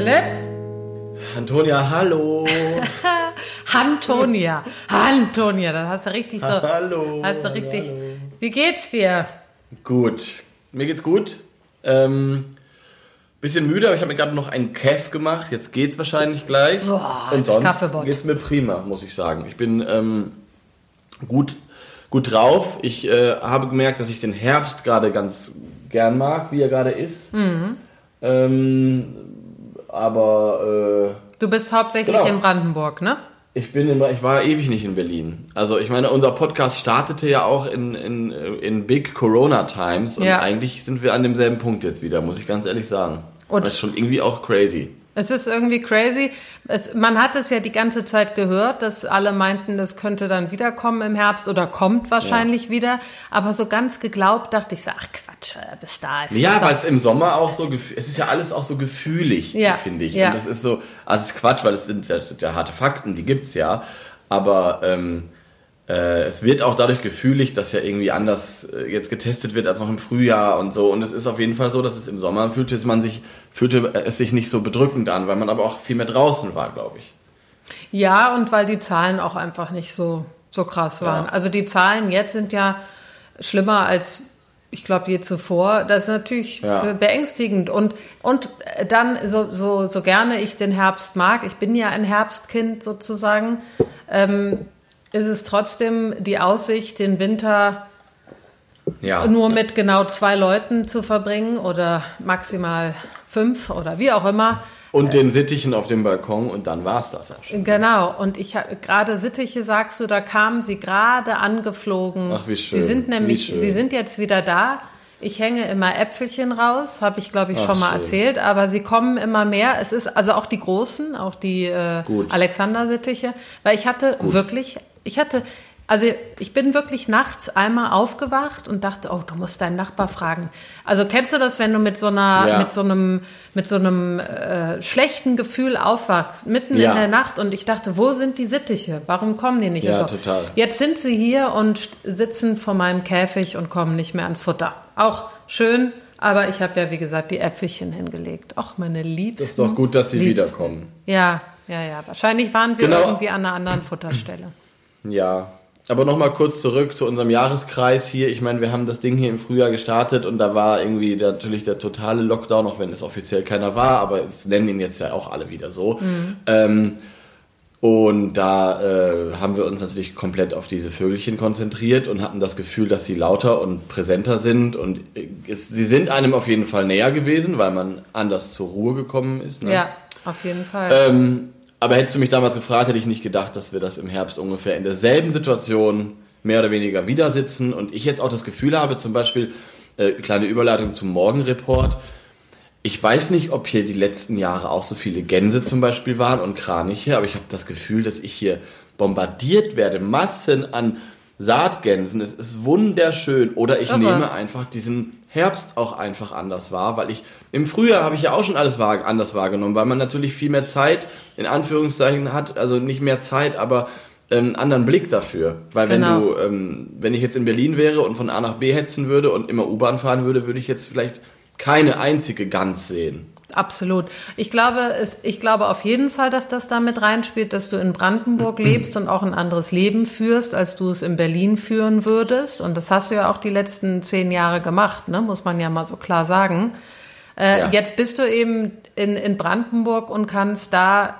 Philipp? Antonia, hallo. Antonia, das hast du richtig so. Hallo. Hast du richtig. Hallo. Wie geht's dir? Gut. Mir geht's gut. Bisschen müde, aber ich habe mir gerade noch einen Keff gemacht. Jetzt geht's wahrscheinlich gleich. Boah, und sonst Kaffeebot. Geht's mir prima, muss ich sagen. Ich bin gut drauf. Ich habe gemerkt, dass ich den Herbst gerade ganz gern mag, wie er gerade ist. Mhm. Aber du bist hauptsächlich in Brandenburg, ne? Ich war ewig nicht in Berlin. Also ich meine, unser Podcast startete ja auch in Big Corona Times und eigentlich sind wir an demselben Punkt jetzt wieder, muss ich ganz ehrlich sagen. Und das ist schon irgendwie auch crazy. Es ist irgendwie crazy. Man hat es ja die ganze Zeit gehört, dass alle meinten, das könnte dann wiederkommen im Herbst oder kommt wahrscheinlich wieder. Aber so ganz geglaubt dachte ich so, ach Quatsch, bis da ist es. Ja, weil es im Sommer auch so, es ist ja alles auch so gefühlig, finde ich. Ja. Und das ist so, also es ist Quatsch, weil das sind ja harte Fakten, die gibt's ja. Aber es wird auch dadurch gefühlig, dass ja irgendwie anders jetzt getestet wird als noch im Frühjahr und so. Und es ist auf jeden Fall so, dass es im Sommer fühlte es sich nicht so bedrückend an, weil man aber auch viel mehr draußen war, glaube ich. Ja, und weil die Zahlen auch einfach nicht so krass waren. Ja. Also die Zahlen jetzt sind ja schlimmer als, ich glaube, je zuvor. Das ist natürlich beängstigend. Und dann, so gerne ich den Herbst mag, ich bin ja ein Herbstkind sozusagen, ist es trotzdem die Aussicht, den Winter nur mit genau 2 Leuten zu verbringen oder maximal 5 oder wie auch immer. Und den Sittichen auf dem Balkon und dann war's das ja schon. Genau, und ich habe gerade Sittiche, sagst du, da kamen sie gerade angeflogen. Ach, wie schön. Sie sind jetzt wieder da. Ich hänge immer Äpfelchen raus, habe ich, glaube ich, schon mal erzählt, aber sie kommen immer mehr. Es ist also auch die großen, auch die Alexander-Sittiche, weil ich bin wirklich nachts einmal aufgewacht und dachte, oh, du musst deinen Nachbar fragen. Also kennst du das, wenn du mit so einem schlechten Gefühl aufwachst, mitten in der Nacht und ich dachte, wo sind die Sittiche? Warum kommen die nicht? Ja, und so. Total. Jetzt sind sie hier und sitzen vor meinem Käfig und kommen nicht mehr ans Futter. Auch schön, aber ich habe ja, wie gesagt, die Äpfelchen hingelegt. Ach, meine Liebsten. Das ist doch gut, dass sie wiederkommen. Ja. Wahrscheinlich waren sie irgendwie an einer anderen Futterstelle. Ja. Aber nochmal kurz zurück zu unserem Jahreskreis hier. Ich meine, wir haben das Ding hier im Frühjahr gestartet und da war irgendwie natürlich der totale Lockdown, auch wenn es offiziell keiner war, aber es nennen ihn jetzt ja auch alle wieder so. Mhm. Und da haben wir uns natürlich komplett auf diese Vögelchen konzentriert und hatten das Gefühl, dass sie lauter und präsenter sind und sie sind einem auf jeden Fall näher gewesen, weil man anders zur Ruhe gekommen ist. Ne? Ja, auf jeden Fall. Aber hättest du mich damals gefragt, hätte ich nicht gedacht, dass wir das im Herbst ungefähr in derselben Situation mehr oder weniger wieder sitzen und ich jetzt auch das Gefühl habe, zum Beispiel, kleine Überleitung zum Morgenreport, ich weiß nicht, ob hier die letzten Jahre auch so viele Gänse zum Beispiel waren und Kraniche, aber ich habe das Gefühl, dass ich hier bombardiert werde, Massen an Saatgänsen, es ist wunderschön oder ich nehme einfach diesen Herbst auch einfach anders wahr, weil im Frühjahr habe ich ja auch schon alles anders wahrgenommen, weil man natürlich viel mehr Zeit, in Anführungszeichen hat, also nicht mehr Zeit, aber einen anderen Blick dafür, weil wenn ich jetzt in Berlin wäre und von A nach B hetzen würde und immer U-Bahn fahren würde, würde ich jetzt vielleicht keine einzige Gans sehen. Absolut. Ich glaube auf jeden Fall, dass das damit reinspielt, dass du in Brandenburg lebst und auch ein anderes Leben führst, als du es in Berlin führen würdest. Und das hast du ja auch die letzten 10 Jahre gemacht, ne? Muss man ja mal so klar sagen. Jetzt bist du eben in Brandenburg und kannst da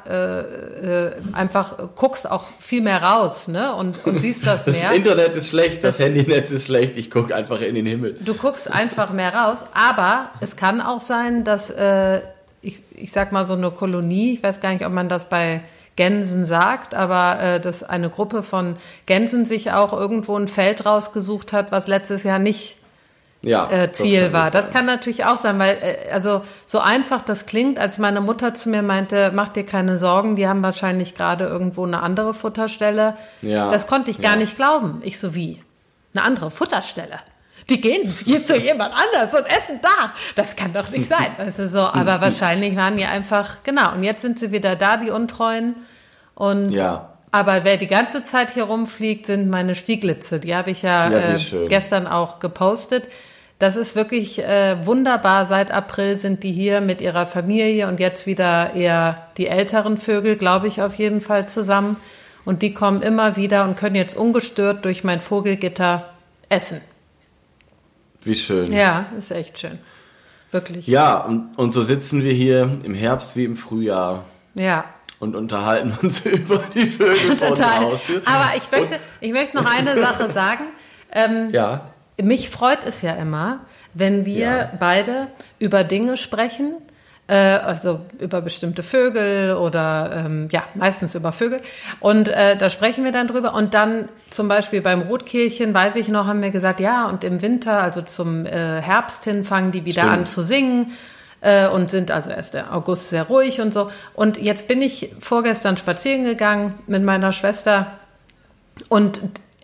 guckst auch viel mehr raus, ne? Und siehst das mehr. Das Internet ist schlecht, das Handynetz ist schlecht, ich gucke einfach in den Himmel. Du guckst einfach mehr raus, aber es kann auch sein, dass ich sag mal so eine Kolonie, ich weiß gar nicht, ob man das bei Gänsen sagt, aber dass eine Gruppe von Gänsen sich auch irgendwo ein Feld rausgesucht hat, was letztes Jahr nicht Ziel war. Das kann natürlich auch sein, weil also so einfach das klingt, als meine Mutter zu mir meinte, mach dir keine Sorgen, die haben wahrscheinlich gerade irgendwo eine andere Futterstelle. Ja. Das konnte ich gar nicht glauben. Ich so, wie? Eine andere Futterstelle? Die gehen hier zu jemand anders und essen da. Das kann doch nicht sein. Das ist so, aber wahrscheinlich waren die einfach, genau. Und jetzt sind sie wieder da, die Untreuen. Und aber wer die ganze Zeit hier rumfliegt, sind meine Stieglitze. Die habe ich gestern auch gepostet. Das ist wirklich wunderbar. Seit April sind die hier mit ihrer Familie und jetzt wieder eher die älteren Vögel, glaube ich, auf jeden Fall zusammen. Und die kommen immer wieder und können jetzt ungestört durch mein Vogelgitter essen. Wie schön. Ja, ist echt schön. Wirklich. Ja, und so sitzen wir hier im Herbst wie im Frühjahr. Ja. Und unterhalten uns über die Vögel vor der Haustür. Aber ich möchte noch eine Sache sagen. Ja. Mich freut es ja immer, wenn wir beide über Dinge sprechen, also über bestimmte Vögel oder meistens über Vögel. Und da sprechen wir dann drüber. Und dann zum Beispiel beim Rotkehlchen, weiß ich noch, haben wir gesagt, ja, und im Winter, also zum Herbst hin, fangen die wieder an zu singen. Und sind also erst der August sehr ruhig und so. Und jetzt bin ich vorgestern spazieren gegangen mit meiner Schwester und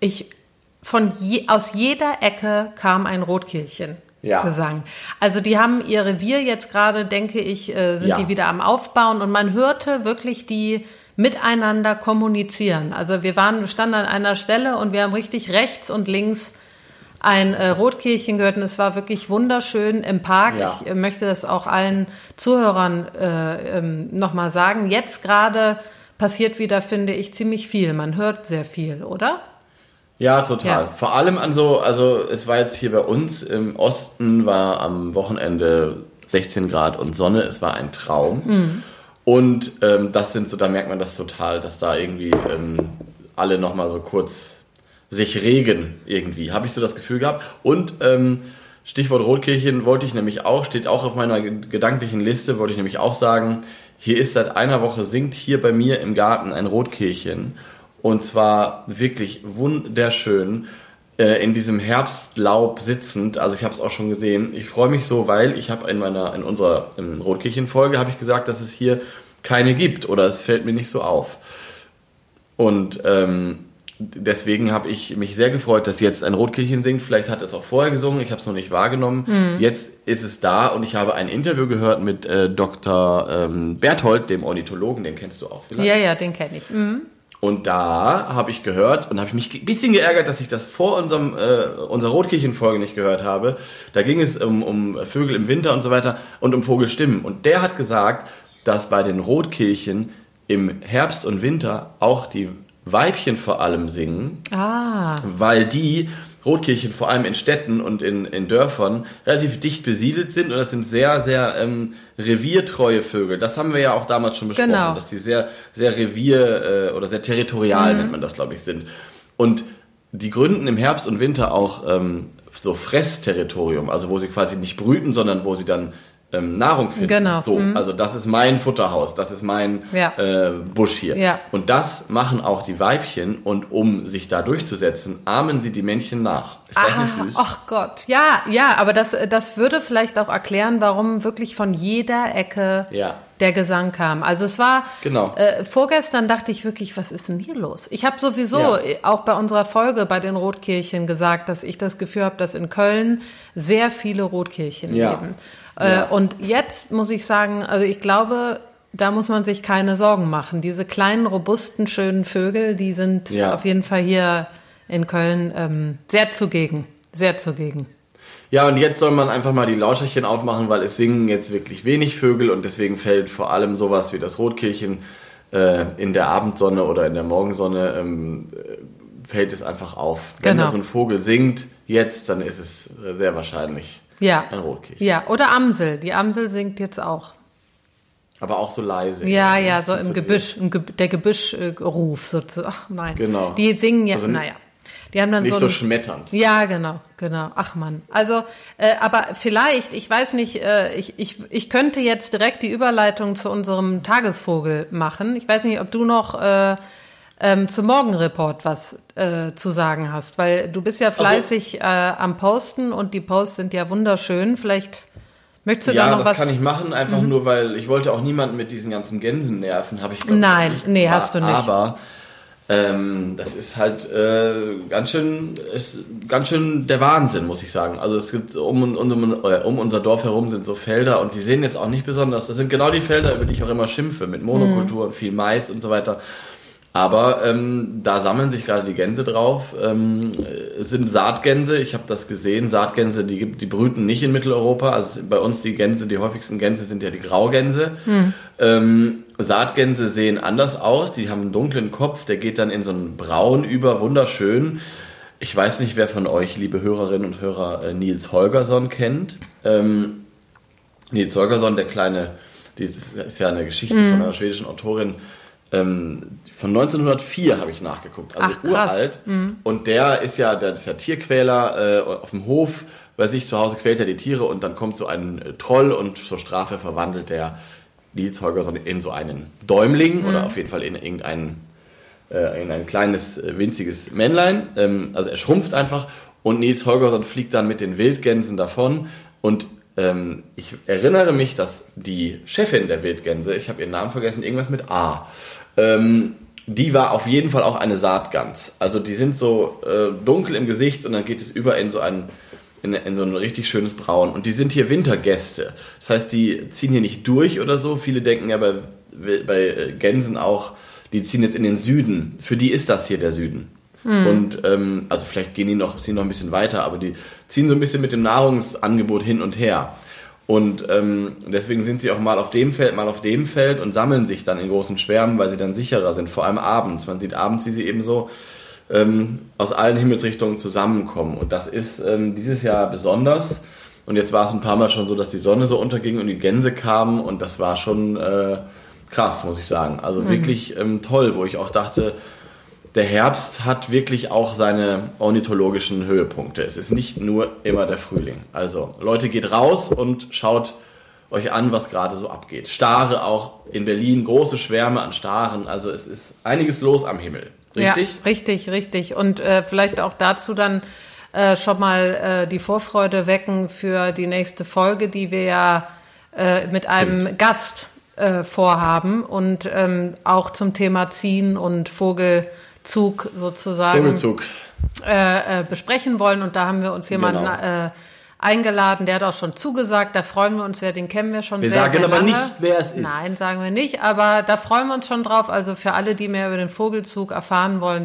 aus jeder Ecke kam ein Rotkehlchen-Gesang. Also die haben ihr Revier jetzt gerade, denke ich, sind die wieder am Aufbauen und man hörte wirklich die miteinander kommunizieren. Also wir standen an einer Stelle und wir haben richtig rechts und links ein Rotkehlchen gehört und es war wirklich wunderschön im Park. Ja. Ich möchte das auch allen Zuhörern nochmal sagen. Jetzt gerade passiert wieder, finde ich, ziemlich viel. Man hört sehr viel, oder? Ja, total. Ja. Vor allem also es war jetzt hier bei uns im Osten, war am Wochenende 16 Grad und Sonne. Es war ein Traum. Mhm. Und da merkt man das total, dass da irgendwie alle nochmal so kurz sich regen irgendwie, habe ich so das Gefühl gehabt. Und Stichwort Rotkehlchen steht auch auf meiner gedanklichen Liste, wollte ich nämlich auch sagen, hier ist seit einer Woche, singt hier bei mir im Garten ein Rotkehlchen. Und zwar wirklich wunderschön, in diesem Herbstlaub sitzend. Also ich habe es auch schon gesehen. Ich freue mich so, weil ich habe in unserer Rotkehlchen-Folge habe ich gesagt, dass es hier keine gibt oder es fällt mir nicht so auf. Und deswegen habe ich mich sehr gefreut, dass jetzt ein Rotkehlchen singt. Vielleicht hat es auch vorher gesungen, ich habe es noch nicht wahrgenommen. Mhm. Jetzt ist es da und ich habe ein Interview gehört mit Dr. Berthold, dem Ornithologen, den kennst du auch vielleicht. Ja, den kenne ich. Mhm. Und da habe ich gehört und habe mich ein bisschen geärgert, dass ich das vor unserer Rotkehlchen-Folge nicht gehört habe. Da ging es um Vögel im Winter und so weiter und um Vogelstimmen. Und der hat gesagt, dass bei den Rotkehlchen im Herbst und Winter auch die Weibchen vor allem singen, weil die Rotkehlchen vor allem in Städten und in Dörfern relativ dicht besiedelt sind und das sind sehr, sehr reviertreue Vögel. Das haben wir ja auch damals schon besprochen, dass die sehr, sehr oder sehr territorial, nennt man das, glaube ich, sind. Und die gründen im Herbst und Winter auch so Fressterritorium, also wo sie quasi nicht brüten, sondern wo sie dann Nahrung finden. Genau. So, also das ist mein Futterhaus, das ist mein Busch hier. Ja. Und das machen auch die Weibchen und um sich da durchzusetzen, ahmen sie die Männchen nach. Ist das nicht süß? Ach Gott, ja, aber das würde vielleicht auch erklären, warum wirklich von jeder Ecke der Gesang kam. Also es war, vorgestern dachte ich wirklich, was ist denn hier los? Ich habe sowieso auch bei unserer Folge bei den Rotkehlchen gesagt, dass ich das Gefühl habe, dass in Köln sehr viele Rotkehlchen leben. Ja. Und jetzt muss ich sagen, also ich glaube, da muss man sich keine Sorgen machen. Diese kleinen, robusten, schönen Vögel, die sind auf jeden Fall hier in Köln sehr zugegen. Sehr zugegen. Ja, und jetzt soll man einfach mal die Lauscherchen aufmachen, weil es singen jetzt wirklich wenig Vögel und deswegen fällt vor allem sowas wie das Rotkehlchen in der Abendsonne oder in der Morgensonne fällt es einfach auf. Wenn da so ein Vogel singt jetzt, dann ist es sehr wahrscheinlich ein Rotkehlchen. Ja, oder Amsel. Die Amsel singt jetzt auch. Aber auch so leise. Ja, so im Gebüsch, der Gebüschruf sozusagen. Ach nein. Genau. Die singen ja, also die haben dann nicht so schmetternd. Ja, genau. Ach Mann. Also, aber vielleicht, ich weiß nicht, ich könnte jetzt direkt die Überleitung zu unserem Tagesvogel machen. Ich weiß nicht, ob du noch zum Morgenreport was zu sagen hast, weil du bist ja fleißig am Posten und die Posts sind ja wunderschön. Vielleicht möchtest du da noch was... Ja, das kann ich machen, einfach nur, weil ich wollte auch niemanden mit diesen ganzen Gänsen nerven, habe ich glaube ich nicht. Hast du nicht. Aber das ist halt ganz schön der Wahnsinn, muss ich sagen. Also es gibt um unser Dorf herum sind so Felder und die sehen jetzt auch nicht besonders. Das sind genau die Felder, über die ich auch immer schimpfe, mit Monokultur und viel Mais und so weiter. Aber da sammeln sich gerade die Gänse drauf. Es sind Saatgänse, ich habe das gesehen. Saatgänse, die brüten nicht in Mitteleuropa. Also bei uns die häufigsten Gänse sind ja die Graugänse. Saatgänse sehen anders aus. Die haben einen dunklen Kopf, der geht dann in so einen Braun über, wunderschön. Ich weiß nicht, wer von euch, liebe Hörerinnen und Hörer, Nils Holgersson kennt. Nils Holgersson, das ist ja eine Geschichte von einer schwedischen Autorin, von 1904 habe ich nachgeguckt, also uralt. Und der ist ja Tierquäler auf dem Hof, bei sich zu Hause quält er die Tiere und dann kommt so ein Troll und zur Strafe verwandelt der Nils Holgersson in so einen Däumling oder auf jeden Fall in in ein kleines, winziges Männlein. Also er schrumpft einfach und Nils Holgersson fliegt dann mit den Wildgänsen davon und ich erinnere mich, dass die Chefin der Wildgänse, ich habe ihren Namen vergessen, irgendwas mit A, die war auf jeden Fall auch eine Saatgans. Also die sind so dunkel im Gesicht und dann geht es über in so ein richtig schönes Braun. Und die sind hier Wintergäste. Das heißt, die ziehen hier nicht durch oder so. Viele denken ja bei Gänsen auch, die ziehen jetzt in den Süden. Für die ist das hier der Süden. Und also vielleicht ziehen noch ein bisschen weiter, aber die ziehen so ein bisschen mit dem Nahrungsangebot hin und her. Und deswegen sind sie auch mal auf dem Feld und sammeln sich dann in großen Schwärmen, weil sie dann sicherer sind, vor allem abends. Man sieht abends, wie sie eben so aus allen Himmelsrichtungen zusammenkommen. Und das ist dieses Jahr besonders. Und jetzt war es ein paar Mal schon so, dass die Sonne so unterging und die Gänse kamen. Und das war schon krass, muss ich sagen. Also wirklich toll, wo ich auch dachte, der Herbst hat wirklich auch seine ornithologischen Höhepunkte. Es ist nicht nur immer der Frühling. Also Leute, geht raus und schaut euch an, was gerade so abgeht. Stare auch in Berlin, große Schwärme an Staren. Also es ist einiges los am Himmel. Richtig? Ja, richtig. Und vielleicht auch dazu dann schon mal die Vorfreude wecken für die nächste Folge, die wir ja mit einem Gast vorhaben und auch zum Thema Ziehen und Vogelzug sozusagen besprechen wollen. Und da haben wir uns jemanden eingeladen, der hat auch schon zugesagt. Da freuen wir uns, den kennen wir schon sehr lange. Wir sagen aber nicht, wer es ist. Nein, sagen wir nicht, aber da freuen wir uns schon drauf. Also für alle, die mehr über den Vogelzug erfahren wollen,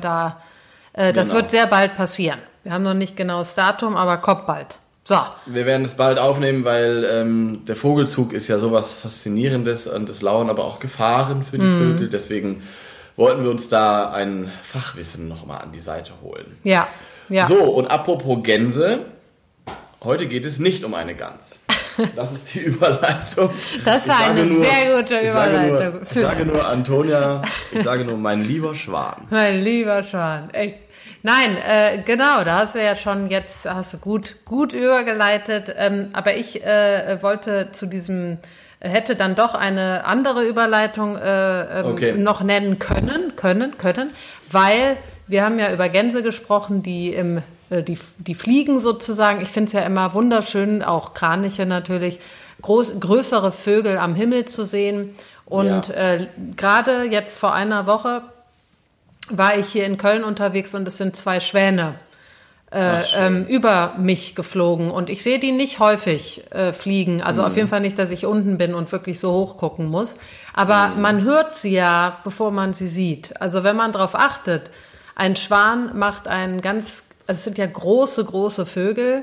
das wird sehr bald passieren. Wir haben noch nicht genau das Datum, aber kommt bald. So. Wir werden es bald aufnehmen, weil der Vogelzug ist ja sowas Faszinierendes und es lauern aber auch Gefahren für die Vögel. Deswegen wollten wir uns da ein Fachwissen nochmal an die Seite holen. Ja. So, und apropos Gänse, heute geht es nicht um eine Gans. Das ist die Überleitung. Das war eine sehr gute Überleitung. Ich sage nur, Antonia, mein lieber Schwan. Mein lieber Schwan, echt. Nein, genau, da hast du ja schon gut übergeleitet. Aber ich wollte hätte dann doch eine andere Überleitung noch nennen können, weil wir haben ja über Gänse gesprochen, die fliegen sozusagen. Ich finde es ja immer wunderschön, auch Kraniche natürlich, größere Vögel am Himmel zu sehen. Und gerade jetzt vor einer Woche war ich hier in Köln unterwegs und es sind 2 Schwäne über mich geflogen. Und ich sehe die nicht häufig fliegen. Also auf jeden Fall nicht, dass ich unten bin und wirklich so hoch gucken muss. Aber man hört sie ja, bevor man sie sieht. Also wenn man darauf achtet, ein Schwan macht es sind ja große Vögel,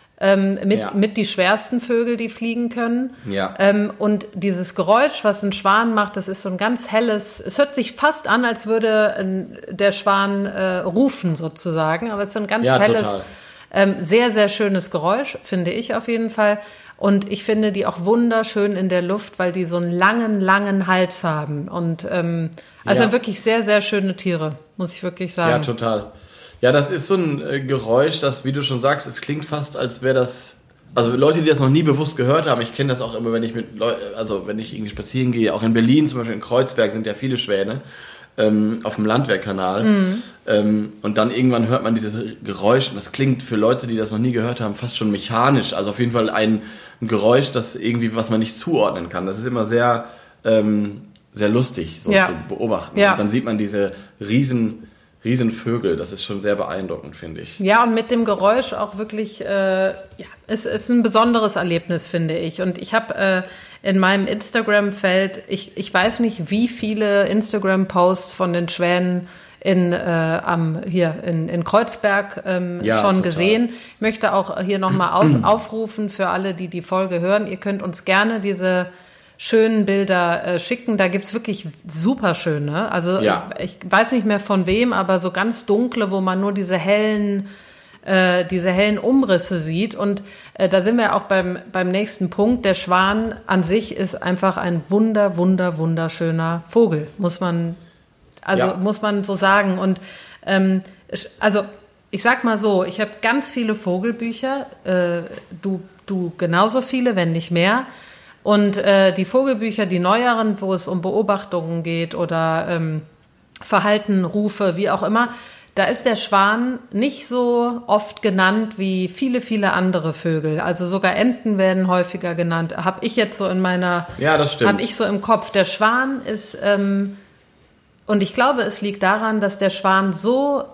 mit die schwersten Vögel, die fliegen können. Ja. Und dieses Geräusch, was ein Schwan macht, das ist so ein ganz helles, es hört sich fast an, als würde der Schwan rufen sozusagen, aber es ist so ein ganz helles, sehr, sehr schönes Geräusch, finde ich auf jeden Fall. Und ich finde die auch wunderschön in der Luft, weil die so einen langen Hals haben. Und wirklich sehr, sehr schöne Tiere, muss ich wirklich sagen. Ja, total. Ja, das ist so ein Geräusch, das, wie du schon sagst, es klingt fast, als wäre das, also Leute, die das noch nie bewusst gehört haben, ich kenne das auch immer, wenn ich wenn ich irgendwie spazieren gehe, auch in Berlin, zum Beispiel in Kreuzberg sind ja viele Schwäne, auf dem Landwehrkanal, und dann irgendwann hört man dieses Geräusch und das klingt für Leute, die das noch nie gehört haben, fast schon mechanisch, also auf jeden Fall ein Geräusch, das irgendwie, was man nicht zuordnen kann. Das ist immer sehr, sehr lustig, so zu beobachten. Ja. Und dann sieht man diese Riesenvögel. Das ist schon sehr beeindruckend, finde ich. Ja, und mit dem Geräusch auch wirklich, es ist ein besonderes Erlebnis, finde ich. Und ich habe in meinem Instagram-Feld, ich weiß nicht, wie viele Instagram-Posts von den Schwänen in Kreuzberg schon total. gesehen. Ich möchte auch hier nochmal aufrufen für alle, die die Folge hören. Ihr könnt uns gerne diese schönen Bilder schicken. Da gibt's wirklich super schöne. Also ich weiß nicht mehr von wem, aber so ganz dunkle, wo man nur diese hellen Umrisse sieht. Und da sind wir auch beim nächsten Punkt. Der Schwan an sich ist einfach ein wunderschöner Vogel, muss man so sagen. Und also ich sag mal so, ich habe ganz viele Vogelbücher, du genauso viele, wenn nicht mehr. Und die Vogelbücher, die neueren, wo es um Beobachtungen geht oder Verhalten, Rufe, wie auch immer, da ist der Schwan nicht so oft genannt wie viele andere Vögel. Also sogar Enten werden häufiger genannt. Habe ich jetzt so in meiner, das stimmt. Habe ich so im Kopf. Der Schwan ist, und ich glaube, es liegt daran, dass der Schwan so,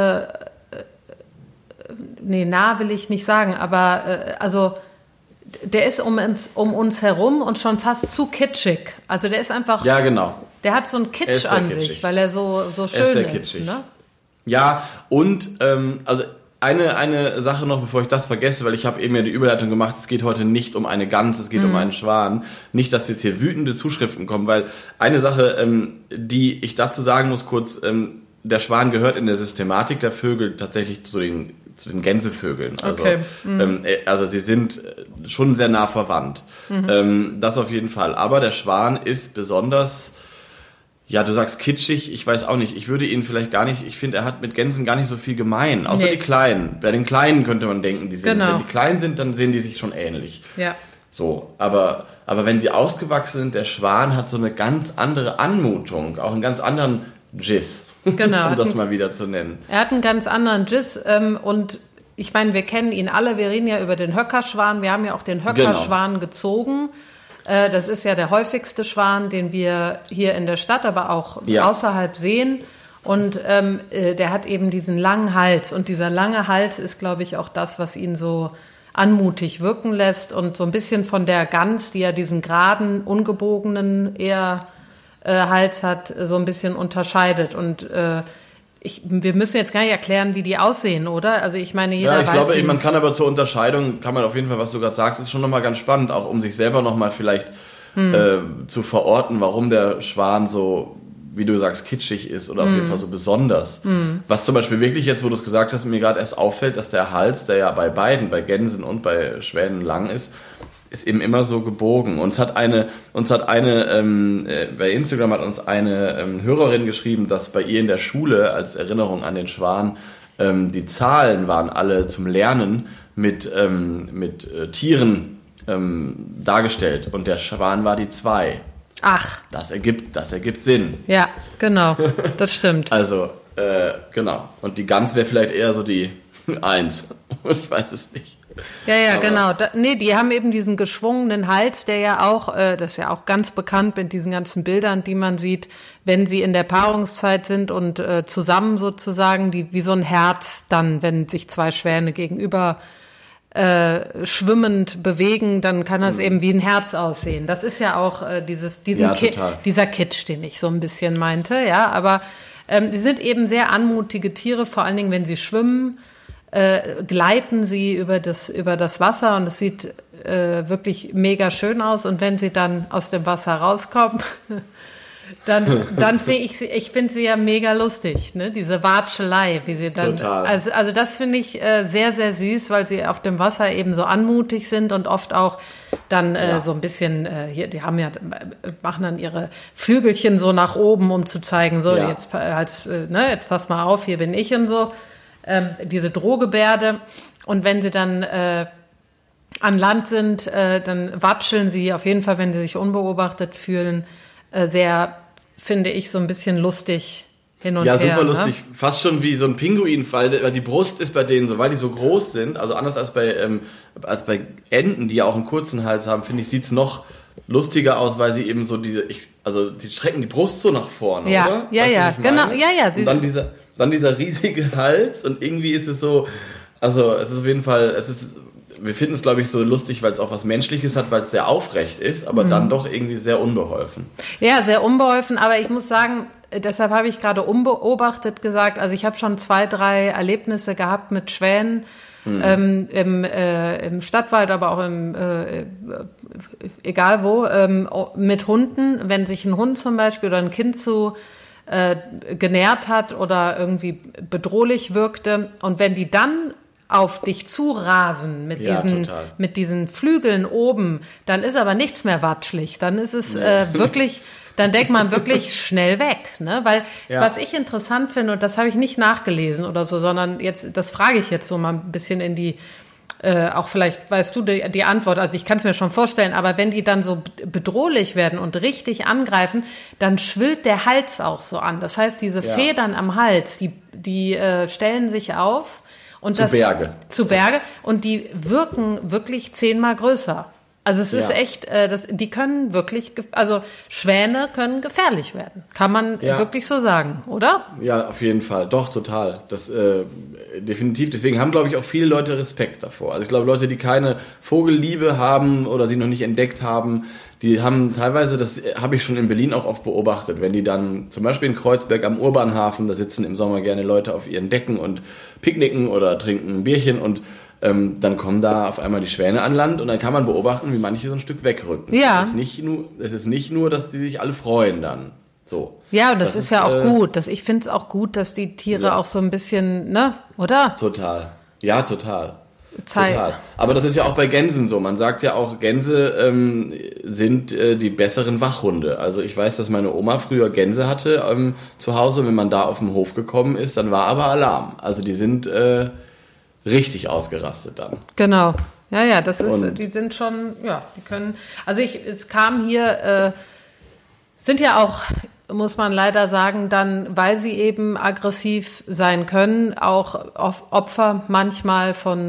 nah will ich nicht sagen, aber also der ist um uns herum und schon fast zu kitschig. Also der ist einfach, der hat so einen Kitsch an sich, weil er so schön ist. Ne? Ja, und also eine Sache noch, bevor ich das vergesse, weil ich habe eben ja die Überleitung gemacht, es geht heute nicht um eine Gans, es geht um einen Schwan. Nicht, dass jetzt hier wütende Zuschriften kommen, weil eine Sache, die ich dazu sagen muss kurz, der Schwan gehört in der Systematik der Vögel tatsächlich zu den Gänsevögeln. Also, also sie sind schon sehr nah verwandt. Das auf jeden Fall. Aber der Schwan ist besonders, du sagst kitschig, ich weiß auch nicht. Ich würde ihn vielleicht gar nicht, ich finde, er hat mit Gänsen gar nicht so viel gemein. Außer die Kleinen. Bei den Kleinen könnte man denken, wenn die klein sind, dann sehen die sich schon ähnlich. Ja. So, aber wenn die ausgewachsen sind, der Schwan hat so eine ganz andere Anmutung, auch einen ganz anderen Giss. Genau. Um das mal wieder zu nennen. Er hat einen ganz anderen Giss und ich meine, wir kennen ihn alle, wir reden ja über den Höckerschwan, wir haben ja auch den Höckerschwan gezogen. Das ist ja der häufigste Schwan, den wir hier in der Stadt, aber auch außerhalb sehen. Und der hat eben diesen langen Hals und dieser lange Hals ist, glaube ich, auch das, was ihn so anmutig wirken lässt und so ein bisschen von der Gans, die ja diesen geraden, ungebogenen eher Hals hat, so ein bisschen unterscheidet. Und wir müssen jetzt gar nicht erklären, wie die aussehen, oder? Also ich meine, jeder weiß... ich glaube, man kann aber zur Unterscheidung, kann man auf jeden Fall, was du gerade sagst, ist schon nochmal ganz spannend, auch um sich selber nochmal vielleicht zu verorten, warum der Schwan so, wie du sagst, kitschig ist oder auf jeden Fall so besonders. Was zum Beispiel wirklich jetzt, wo du es gesagt hast, mir gerade erst auffällt, dass der Hals, der ja bei beiden, bei Gänsen und bei Schwänen lang ist eben immer so gebogen. Bei Instagram hat uns eine Hörerin geschrieben, dass bei ihr in der Schule als Erinnerung an den Schwan die Zahlen waren alle zum Lernen mit Tieren dargestellt und der Schwan war die 2. Ach. Das ergibt Sinn. Ja, genau, das stimmt. Also, genau. Und die Gans wäre vielleicht eher so die 1. Ich weiß es nicht. Ja, genau. Die haben eben diesen geschwungenen Hals, der ja auch, das ist ja auch ganz bekannt mit diesen ganzen Bildern, die man sieht, wenn sie in der Paarungszeit sind und zusammen sozusagen, wie so ein Herz dann, wenn sich 2 Schwäne gegenüber schwimmend bewegen, dann kann das eben wie ein Herz aussehen. Das ist ja auch dieser Kitsch, den ich so ein bisschen meinte, ja, aber die sind eben sehr anmutige Tiere, vor allen Dingen, wenn sie schwimmen, gleiten sie über das Wasser und es sieht wirklich mega schön aus und wenn sie dann aus dem Wasser rauskommen, dann finde ich finde sie ja mega lustig, ne? Diese Watschelei, wie sie dann, total. Also das finde ich sehr, sehr süß, weil sie auf dem Wasser eben so anmutig sind und oft auch dann so ein bisschen, die machen dann ihre Flügelchen so nach oben, um zu zeigen, so jetzt pass mal auf, hier bin ich und so. Diese Drohgebärde und wenn sie dann an Land sind, dann watscheln sie auf jeden Fall, wenn sie sich unbeobachtet fühlen, sehr, finde ich, so ein bisschen lustig hin und her. Ja, super lustig. Ne? Fast schon wie so ein Pinguin, weil die Brust ist bei denen so, weil die so groß sind, also anders als bei Enten, die ja auch einen kurzen Hals haben, finde ich, sieht's noch lustiger aus, weil sie eben so die strecken die Brust so nach vorne, oder? Ja, genau. Ja. Und dann dann dieser riesige Hals und irgendwie ist es so, also es ist auf jeden Fall, wir finden es, glaube ich, so lustig, weil es auch was Menschliches hat, weil es sehr aufrecht ist, aber dann doch irgendwie sehr unbeholfen. Ja, sehr unbeholfen, aber ich muss sagen, deshalb habe ich gerade unbeobachtet gesagt, also ich habe schon 2, 3 Erlebnisse gehabt mit Schwänen, im Stadtwald, aber auch egal wo, mit Hunden, wenn sich ein Hund zum Beispiel oder ein Kind genährt hat oder irgendwie bedrohlich wirkte und wenn die dann auf dich zurasen mit diesen Flügeln oben, dann ist aber nichts mehr watschlig, dann ist es wirklich, dann denkt man wirklich schnell weg, ne? Weil was ich interessant finde, und das habe ich nicht nachgelesen oder so, sondern jetzt, das frage ich jetzt so mal ein bisschen in die, auch vielleicht weißt du die Antwort, also ich kann es mir schon vorstellen, aber wenn die dann so bedrohlich werden und richtig angreifen, dann schwillt der Hals auch so an. Das heißt, diese Federn am Hals, die stellen sich auf. Und zu Berge. Und die wirken wirklich 10-mal größer. Also es ist echt, die können wirklich, also Schwäne können gefährlich werden. Kann man wirklich so sagen, oder? Ja, auf jeden Fall. Doch, total. Das definitiv. Deswegen haben, glaube ich, auch viele Leute Respekt davor. Also ich glaube, Leute, die keine Vogelliebe haben oder sie noch nicht entdeckt haben, die haben teilweise, das habe ich schon in Berlin auch oft beobachtet, wenn die dann zum Beispiel in Kreuzberg am Urbanhafen, da sitzen im Sommer gerne Leute auf ihren Decken und picknicken oder trinken ein Bierchen und dann kommen da auf einmal die Schwäne an Land und dann kann man beobachten, wie manche so ein Stück wegrücken. Ja. Es ist nicht nur, dass die sich alle freuen dann. So. Ja, und das ist ja auch gut. Ich finde es auch gut, dass die Tiere auch so ein bisschen, ne, oder? Total. Ja, total. Total. Aber das ist ja auch bei Gänsen so. Man sagt ja auch, Gänse sind die besseren Wachhunde. Also ich weiß, dass meine Oma früher Gänse hatte zu Hause. Wenn man da auf den Hof gekommen ist, dann war aber Alarm. Also die sind richtig ausgerastet dann. Genau. Ja, das ist, die sind schon, ja, die können, also es kam hier, sind ja auch, muss man leider sagen, dann, weil sie eben aggressiv sein können, auch Opfer manchmal von,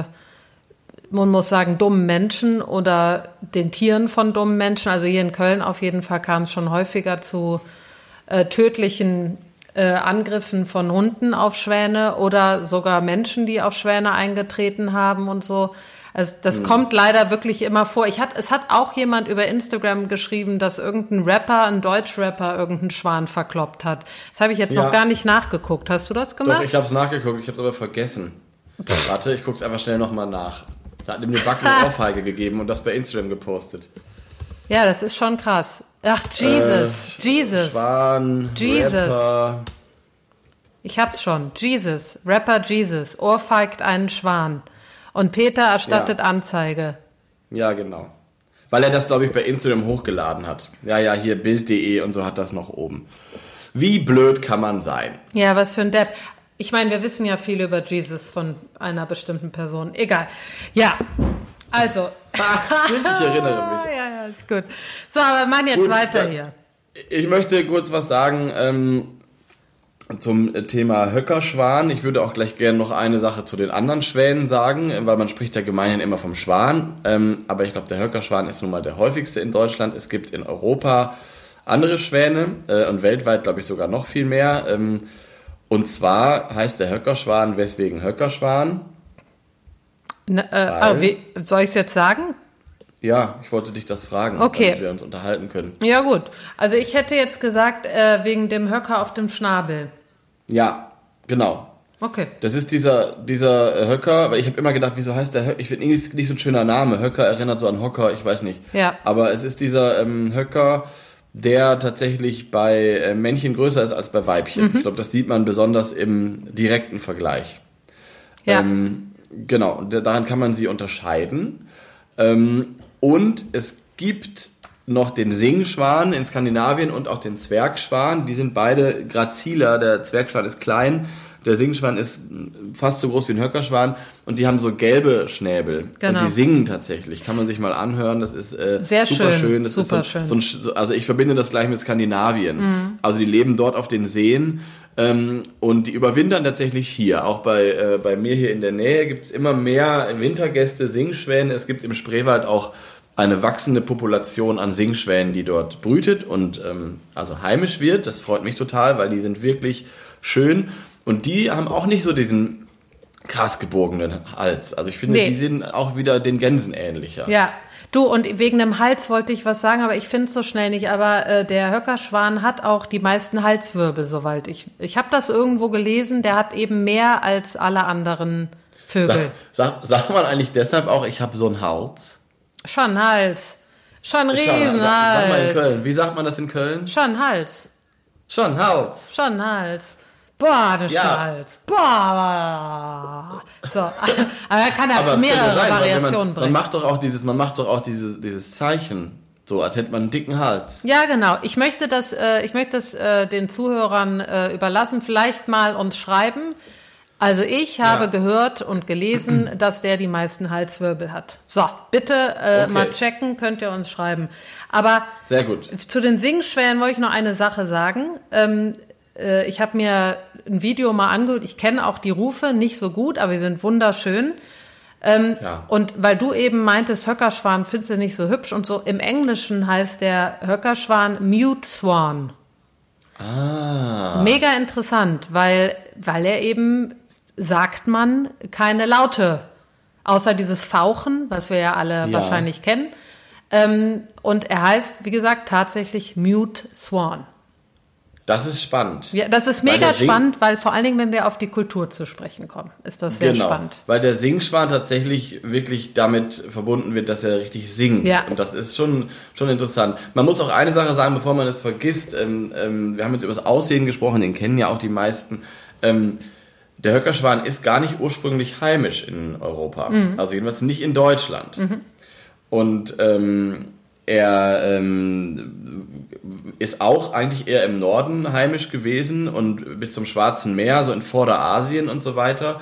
man muss sagen, dummen Menschen oder den Tieren von dummen Menschen. Also hier in Köln auf jeden Fall kam es schon häufiger zu tödlichen Angriffen von Hunden auf Schwäne oder sogar Menschen, die auf Schwäne eingetreten haben und so. Also das kommt leider wirklich immer vor. Es hat auch jemand über Instagram geschrieben, dass ein Deutschrapper, irgendeinen Schwan verkloppt hat. Das habe ich jetzt noch gar nicht nachgeguckt. Hast du das gemacht? Doch, ich habe es nachgeguckt, ich habe es aber vergessen. Warte, ich gucke es einfach schnell nochmal nach. Da hat ihm eine Backen Ohrfeige gegeben und das bei Instagram gepostet. Ja, das ist schon krass. Ach, Jesus. Schwan, Jesus. Rapper. Ich hab's schon. Rapper Jesus, ohrfeigt einen Schwan. Und Peter erstattet Anzeige. Ja, genau. Weil er das, glaube ich, bei Instagram hochgeladen hat. Ja, hier Bild.de und so hat das noch oben. Wie blöd kann man sein? Ja, was für ein Depp. Ich meine, wir wissen ja viel über Jesus von einer bestimmten Person. Egal. Ja, also. Stimmt, ich erinnere mich. Ja, ist gut. So, aber wir machen jetzt weiter hier. Ich möchte kurz was sagen zum Thema Höckerschwan. Ich würde auch gleich gerne noch eine Sache zu den anderen Schwänen sagen, weil man spricht ja gemeinhin immer vom Schwan. Aber ich glaube, der Höckerschwan ist nun mal der häufigste in Deutschland. Es gibt in Europa andere Schwäne und weltweit, glaube ich, sogar noch viel mehr. Und zwar heißt der Höckerschwan weswegen Höckerschwan? Soll ich es jetzt sagen? Ja, ich wollte dich das fragen, damit wir uns unterhalten können. Ja gut, also ich hätte jetzt gesagt, wegen dem Höcker auf dem Schnabel. Ja, genau. Okay. Das ist dieser Höcker, weil ich habe immer gedacht, wieso heißt der Höcker? Ich finde irgendwie nicht so ein schöner Name. Höcker erinnert so an Hocker, ich weiß nicht. Ja. Aber es ist dieser Höcker, der tatsächlich bei Männchen größer ist als bei Weibchen. Ich glaube, das sieht man besonders im direkten Vergleich. Ja. Genau, daran kann man sie unterscheiden. Und es gibt noch den Singschwan in Skandinavien und auch den Zwergschwan. Die sind beide graziler. Der Zwergschwan ist klein, der Singschwan ist fast so groß wie ein Höckerschwan und die haben so gelbe Schnäbel. Genau. Und die singen tatsächlich. Kann man sich mal anhören. Das ist sehr super schön. Das super ist schön. Also ich verbinde das gleich mit Skandinavien. Also die leben dort auf den Seen. Und die überwintern tatsächlich hier. Auch bei mir hier in der Nähe gibt es immer mehr Wintergäste, Singschwäne. Es gibt im Spreewald auch eine wachsende Population an Singschwänen, die dort brütet und also heimisch wird. Das freut mich total, weil die sind wirklich schön. Und die haben auch nicht so diesen krass gebogenen Hals. Also ich finde, die sind auch wieder den Gänsen ähnlicher. Ja, du, und wegen dem Hals wollte ich was sagen, aber ich finde es so schnell nicht. Aber der Höckerschwan hat auch die meisten Halswirbel, soweit ich habe das irgendwo gelesen. Der hat eben mehr als alle anderen Vögel. Sagt man eigentlich deshalb auch, ich habe so einen Hals? Schon Hals. Schon Riesenhals. Sag mal in Köln. Wie sagt man das in Köln? Schon Hals. Schon Hals. Schon Hals. Boah, du Hals. Boah. So, aber er kann ja mehrere Variationen bringen. Man macht doch auch dieses Zeichen, so als hätte man einen dicken Hals. Ja, genau. Ich möchte das den Zuhörern überlassen, vielleicht mal uns schreiben. Also ich habe gehört und gelesen, dass der die meisten Halswirbel hat. So, bitte mal checken, könnt ihr uns schreiben. Aber sehr gut. Zu den Singschwänen wollte ich noch eine Sache sagen. Ich habe mir ein Video mal angehört. Ich kenne auch die Rufe nicht so gut, aber sie sind wunderschön. Und weil du eben meintest, Höckerschwan findest du nicht so hübsch und so. Im Englischen heißt der Höckerschwan Mute Swan. Ah. Mega interessant, weil er eben, sagt man, keine Laute, außer dieses Fauchen, was wir ja alle wahrscheinlich kennen. Und er heißt, wie gesagt, tatsächlich Mute Swan. Das ist spannend. Ja, das ist mega spannend, weil vor allen Dingen, wenn wir auf die Kultur zu sprechen kommen, ist das sehr spannend. Weil der Singschwan tatsächlich wirklich damit verbunden wird, dass er richtig singt. Ja. Und das ist schon interessant. Man muss auch eine Sache sagen, bevor man es vergisst. Wir haben jetzt über das Aussehen gesprochen, den kennen ja auch die meisten. Der Höckerschwan ist gar nicht ursprünglich heimisch in Europa. Mhm. Also jedenfalls nicht in Deutschland. Mhm. Und er ist auch eigentlich eher im Norden heimisch gewesen und bis zum Schwarzen Meer, so in Vorderasien und so weiter.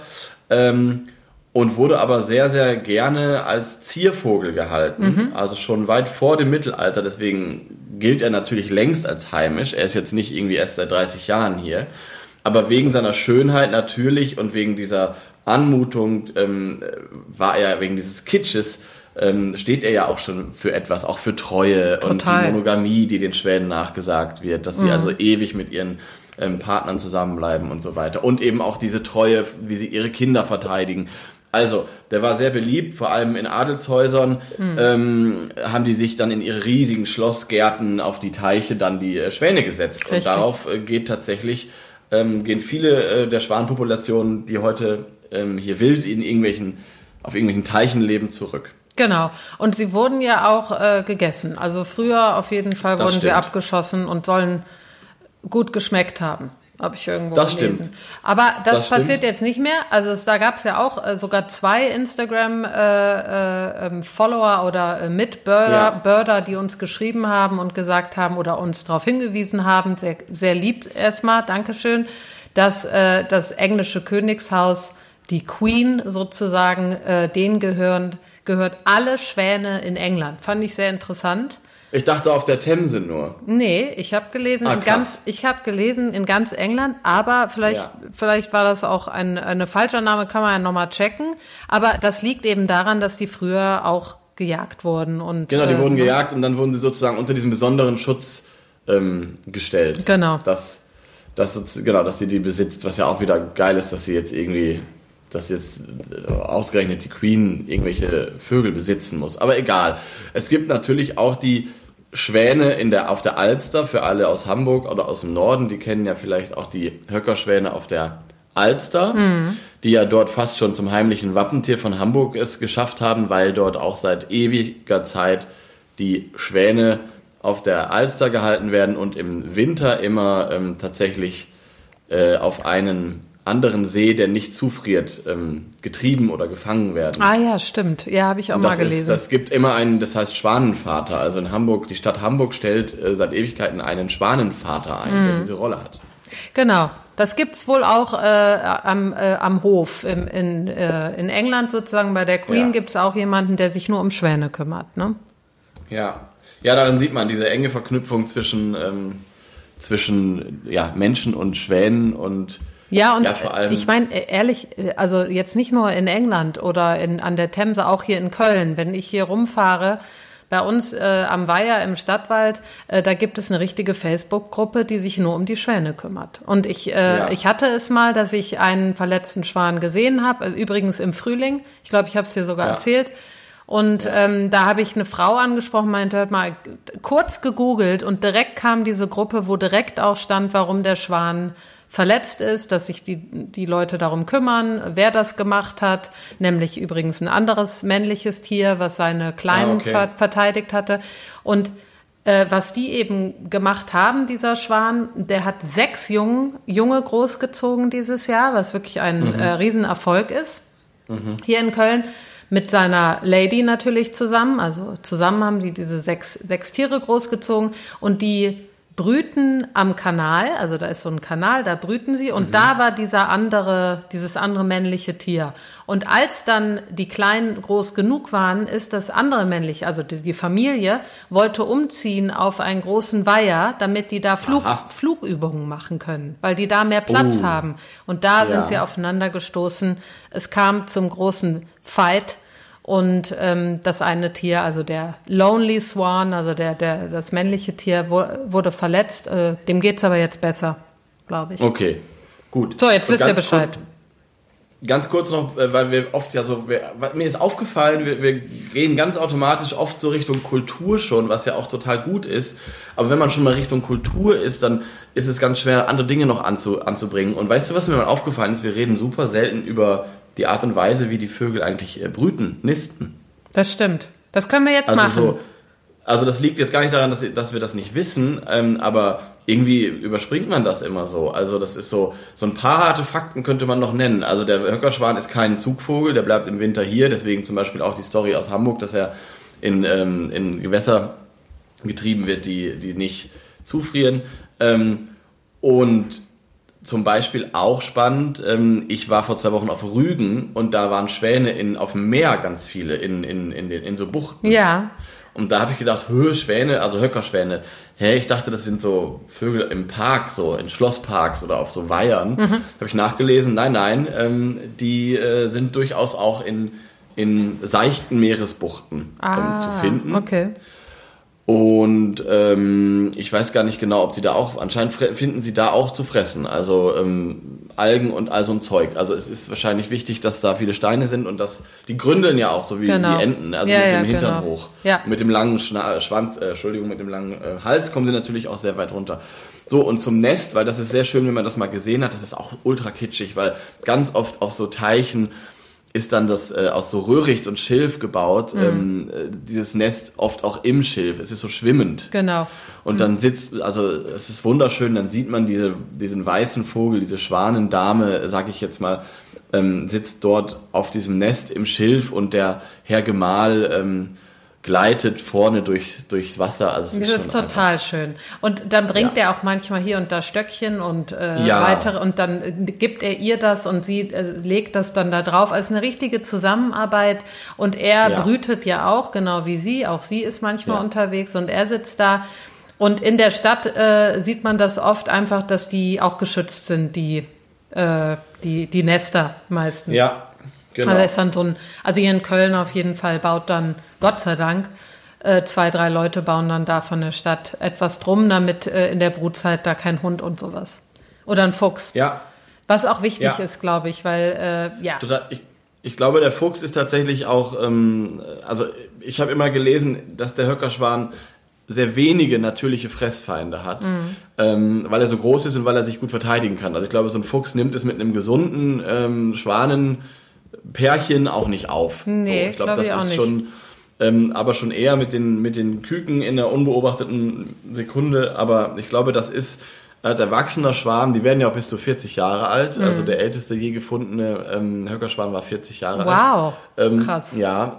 Und wurde aber sehr, sehr gerne als Ziervogel gehalten. Also schon weit vor dem Mittelalter. Deswegen gilt er natürlich längst als heimisch. Er ist jetzt nicht irgendwie erst seit 30 Jahren hier. Aber wegen seiner Schönheit natürlich und wegen dieser Anmutung war er, wegen dieses Kitsches, steht er ja auch schon für etwas, auch für Treue. Total. Und die Monogamie, die den Schwänen nachgesagt wird, dass sie also ewig mit ihren Partnern zusammenbleiben und so weiter. Und eben auch diese Treue, wie sie ihre Kinder verteidigen. Also, der war sehr beliebt, vor allem in Adelshäusern haben die sich dann in ihre riesigen Schlossgärten auf die Teiche dann die Schwäne gesetzt. Richtig. Und darauf gehen viele der Schwanpopulationen, die heute hier wild auf irgendwelchen Teichen leben, zurück. Genau. Und sie wurden ja auch gegessen. Also früher auf jeden Fall wurden sie abgeschossen und sollen gut geschmeckt haben. Habe ich irgendwo gelesen. Stimmt. Aber das passiert jetzt nicht mehr. Also da gab es ja auch sogar 2 Instagram-Follower oder Mitbürger, die uns geschrieben haben und gesagt haben oder uns darauf hingewiesen haben, sehr, sehr lieb erstmal, Dankeschön, dass das englische Königshaus, die Queen sozusagen, denen gehört alle Schwäne in England. Fand ich sehr interessant. Ich dachte auf der Themse nur. Nee, ich habe gelesen, in ganz England, aber vielleicht war das auch eine Falschannahme, kann man ja nochmal checken. Aber das liegt eben daran, dass die früher auch gejagt wurden. Und, genau, die wurden gejagt und dann wurden sie sozusagen unter diesen besonderen Schutz gestellt. Genau. Dass sie die besitzt, was ja auch wieder geil ist, dass jetzt ausgerechnet die Queen irgendwelche Vögel besitzen muss. Aber egal. Es gibt natürlich auch die Schwäne auf der Alster, für alle aus Hamburg oder aus dem Norden, die kennen ja vielleicht auch die Höckerschwäne auf der Alster, die ja dort fast schon zum heimlichen Wappentier von Hamburg es geschafft haben, weil dort auch seit ewiger Zeit die Schwäne auf der Alster gehalten werden und im Winter immer tatsächlich auf einen anderen See, der nicht zufriert, getrieben oder gefangen werden. Ah ja, stimmt. Ja, habe ich auch mal gelesen. Das gibt immer das heißt Schwanenvater. Also in Hamburg, die Stadt Hamburg stellt seit Ewigkeiten einen Schwanenvater ein, der diese Rolle hat. Genau. Das gibt's wohl auch am Hof. In England sozusagen bei der Queen gibt's auch jemanden, der sich nur um Schwäne kümmert, ne? Ja. Ja, daran sieht man diese enge Verknüpfung zwischen Menschen und Schwänen und ja, und vor allem, ich meine, ehrlich, also jetzt nicht nur in England oder an der Themse, auch hier in Köln, wenn ich hier rumfahre, bei uns am Weiher im Stadtwald, da gibt es eine richtige Facebook-Gruppe, die sich nur um die Schwäne kümmert. Und ich hatte es mal, dass ich einen verletzten Schwan gesehen habe, übrigens im Frühling. Ich glaube, ich habe es dir sogar erzählt. Und da habe ich eine Frau angesprochen, meinte, hört mal, kurz gegoogelt und direkt kam diese Gruppe, wo direkt auch stand, warum der Schwan verletzt ist, dass sich die Leute darum kümmern, wer das gemacht hat, nämlich übrigens ein anderes männliches Tier, was seine Kleinen verteidigt hatte. Und was die eben gemacht haben, dieser Schwan, der hat 6 Junge großgezogen dieses Jahr, was wirklich ein Riesenerfolg ist, hier in Köln, mit seiner Lady natürlich zusammen. Also zusammen haben die diese 6 Tiere großgezogen und die brüten am Kanal, also da ist so ein Kanal, da brüten sie und da war dieses andere männliche Tier. Und als dann die Kleinen groß genug waren, ist das andere männliche, also die Familie, wollte umziehen auf einen großen Weiher, damit die da Flugübungen machen können, weil die da mehr Platz haben. Und da sind sie aufeinander gestoßen. Es kam zum großen Fight. Und das eine Tier, also der Lonely Swan, also das männliche Tier, wurde verletzt. Dem geht's aber jetzt besser, glaube ich. Okay, gut. So, jetzt wisst ihr Bescheid. Ganz kurz noch, weil wir oft mir ist aufgefallen, wir gehen ganz automatisch oft so Richtung Kultur schon, was ja auch total gut ist. Aber wenn man schon mal Richtung Kultur ist, dann ist es ganz schwer, andere Dinge noch anzubringen. Und weißt du, was mir mal aufgefallen ist? Wir reden super selten über die Art und Weise, wie die Vögel eigentlich brüten, nisten. Das stimmt. Das können wir jetzt machen. Also das liegt jetzt gar nicht daran, dass wir das nicht wissen, aber irgendwie überspringt man das immer so. Also das ist so ein paar harte Fakten könnte man noch nennen. Also der Höckerschwan ist kein Zugvogel, der bleibt im Winter hier. Deswegen zum Beispiel auch die Story aus Hamburg, dass er in Gewässer getrieben wird, die nicht zufrieren. Und zum Beispiel auch spannend, ich war vor 2 Wochen auf Rügen und da waren Schwäne auf dem Meer ganz viele, in so Buchten. Ja. Und da habe ich gedacht, Schwäne, also Höckerschwäne. Ich dachte, das sind so Vögel im Park, so in Schlossparks oder auf so Weihern. Habe ich nachgelesen, nein, die sind durchaus auch in seichten Meeresbuchten zu finden. Okay. Und ich weiß gar nicht genau, ob sie da auch, anscheinend finden sie da auch zu fressen, also Algen und all so ein Zeug. Also es ist wahrscheinlich wichtig, dass da viele Steine sind und dass die gründeln ja auch so wie Enten, also mit dem Hintern hoch. Ja. Mit dem langen mit dem langen Hals kommen sie natürlich auch sehr weit runter. So, und zum Nest, weil das ist sehr schön, wenn man das mal gesehen hat, das ist auch ultra kitschig, weil ganz oft auf so Teichen ist dann das aus so Röhricht und Schilf gebaut, dieses Nest oft auch im Schilf, es ist so schwimmend. Genau. Und dann es ist wunderschön, dann sieht man diesen weißen Vogel, diese Schwanendame, sag ich jetzt mal, sitzt dort auf diesem Nest im Schilf und der Herr Gemahl gleitet vorne durchs Wasser. Also das ist total schön. Und dann bringt er auch manchmal hier und da Stöckchen und weitere und dann gibt er ihr das und sie legt das dann da drauf. Also eine richtige Zusammenarbeit und er brütet ja auch, genau wie sie. Auch sie ist manchmal unterwegs und er sitzt da. Und in der Stadt sieht man das oft einfach, dass die auch geschützt sind, die Nester meistens. Ja. Genau. Also ist dann also hier in Köln auf jeden Fall baut dann, Gott sei Dank, 2, 3 Leute bauen dann da von der Stadt etwas drum, damit in der Brutzeit da kein Hund und sowas. Oder ein Fuchs. Ja. Was auch wichtig ist, glaube ich, weil, Total, ich glaube, der Fuchs ist tatsächlich auch, also ich habe immer gelesen, dass der Höckerschwan sehr wenige natürliche Fressfeinde hat, weil er so groß ist und weil er sich gut verteidigen kann. Also ich glaube, so ein Fuchs nimmt es mit einem gesunden Schwanenpärchen auch nicht auf. Nee, so, ich glaube, das ist schon, aber schon eher mit den Küken in der unbeobachteten Sekunde. Aber ich glaube, das ist als erwachsener Schwan, die werden ja auch bis zu 40 Jahre alt. Also der älteste je gefundene Höckerschwan war 40 Jahre alt. Wow, krass. Ja,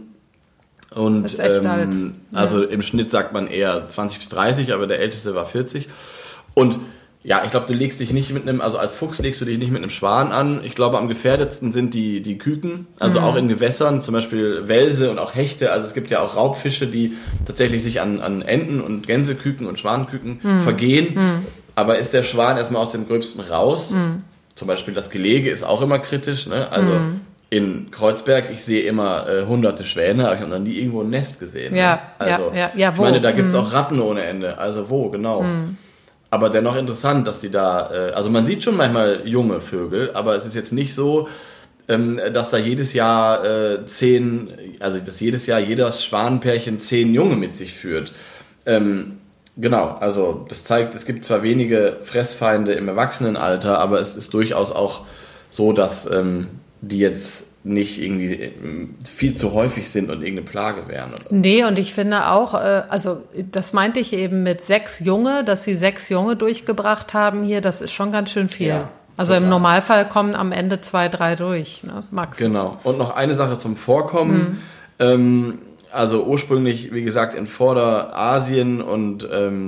und das ist echt alt. Also im Schnitt sagt man eher 20 bis 30, aber der älteste war 40. Und ja, ich glaube, du legst dich nicht also als Fuchs legst du dich nicht mit einem Schwan an. Ich glaube, am gefährdetsten sind die Küken, also auch in Gewässern, zum Beispiel Welse und auch Hechte. Also es gibt ja auch Raubfische, die tatsächlich sich an Enten und Gänseküken und Schwanenküken vergehen. Aber ist der Schwan erstmal aus dem Gröbsten raus? Zum Beispiel das Gelege ist auch immer kritisch, ne? Also in Kreuzberg, ich sehe immer hunderte Schwäne, aber ich habe noch nie irgendwo ein Nest gesehen. Ja, ne? Also, ja, wo? Ich meine, da gibt's auch Ratten ohne Ende. Also wo, genau. Aber dennoch interessant, dass die da, also man sieht schon manchmal junge Vögel, aber es ist jetzt nicht so, dass da jedes Jahr dass jedes Jahr jedes Schwanenpärchen 10 Junge mit sich führt. Genau, also das zeigt, es gibt zwar wenige Fressfeinde im Erwachsenenalter, aber es ist durchaus auch so, dass die jetzt nicht irgendwie viel zu häufig sind und irgendeine Plage wären. Oder? Nee, und ich finde auch, also das meinte ich eben mit 6 Junge, dass sie 6 Junge durchgebracht haben hier, das ist schon ganz schön viel. Ja, also total. im Normalfall kommen am Ende 2, 3 durch, ne, Max. Genau. Und noch eine Sache zum Vorkommen. Also ursprünglich, wie gesagt, in Vorderasien und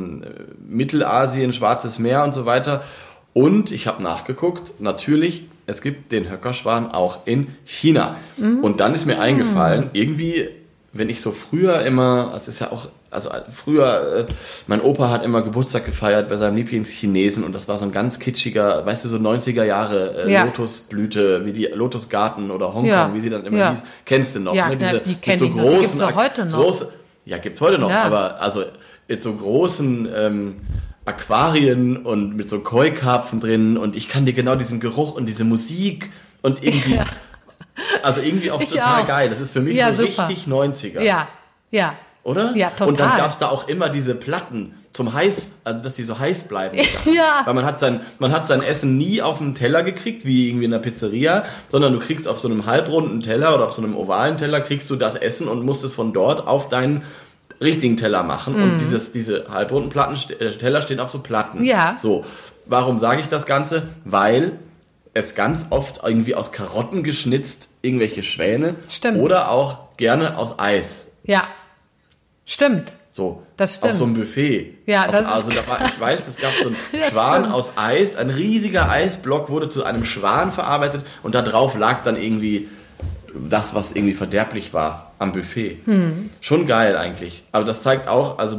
Mittelasien, Schwarzes Meer und so weiter. Und ich habe nachgeguckt, natürlich, es gibt den Höckerschwan auch in China. Und dann ist mir eingefallen, irgendwie, wenn ich so früher immer, es ist ja auch, also früher, mein Opa hat immer Geburtstag gefeiert bei seinem Lieblingschinesen und das war so ein ganz kitschiger, weißt du, so 90er Jahre Lotusblüte, wie die Lotusgarten oder Hongkong, wie sie dann immer hieß. Kennst du noch? Ja, ne? die kenne ich noch. Die gibt's auch heute noch. Ja, gibt's heute noch, aber also mit so großen Aquarien und mit so Koi-Karpfen drin und ich kann dir genau diesen Geruch und diese Musik und irgendwie, also irgendwie auch total geil. Das ist für mich so super. Richtig 90er. Ja. Oder? Ja, total. Und dann gab's da auch immer diese Platten zum also dass die so heiß bleiben. Ja. Weil man hat sein Essen nie auf dem Teller gekriegt, wie irgendwie in der Pizzeria, sondern du kriegst auf so einem halbrunden Teller oder auf so einem ovalen Teller kriegst du das Essen und musst es von dort auf deinen richtigen Teller machen. Und diese halbrunden Teller stehen auf so Platten. Ja. So. Warum sage ich das Ganze? Weil es ganz oft irgendwie aus Karotten geschnitzt, irgendwelche Schwäne. Stimmt. Oder auch gerne aus Eis. Ja. Stimmt. So, das stimmt. Auf so einem Buffet. Ja, ich weiß, es gab so einen Schwan aus Eis, ein riesiger Eisblock wurde zu einem Schwan verarbeitet und da drauf lag dann irgendwie das, was irgendwie verderblich war am Buffet. Schon geil eigentlich. Aber das zeigt auch, also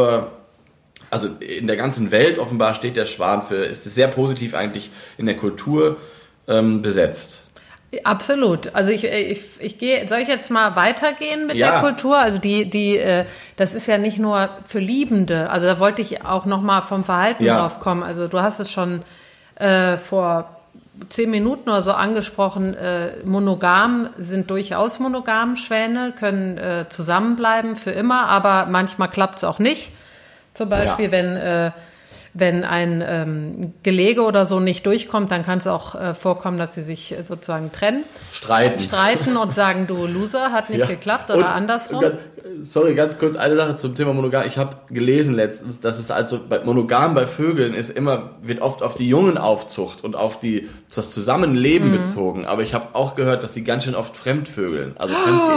in der ganzen Welt offenbar steht der Schwan ist sehr positiv eigentlich in der Kultur besetzt. Absolut. Also ich gehe, soll ich jetzt mal weitergehen mit der Kultur? Also das ist ja nicht nur für Liebende. Also da wollte ich auch noch mal vom Verhalten drauf kommen. Also du hast es schon vor 10 Minuten oder so angesprochen. Monogam sind durchaus monogam Schwäne, können zusammenbleiben für immer, aber manchmal klappt es auch nicht. Zum Beispiel, wenn ein Gelege oder so nicht durchkommt, dann kann es auch vorkommen, dass sie sich sozusagen trennen. Streiten und sagen, du Loser, hat nicht geklappt oder andersrum. Ganz kurz eine Sache zum Thema Monogam. Ich habe gelesen letztens, dass es also Monogam bei Vögeln wird oft auf die Jungenaufzucht und auf das Zusammenleben bezogen. Aber ich habe auch gehört, dass sie ganz schön oft fremdvögeln, also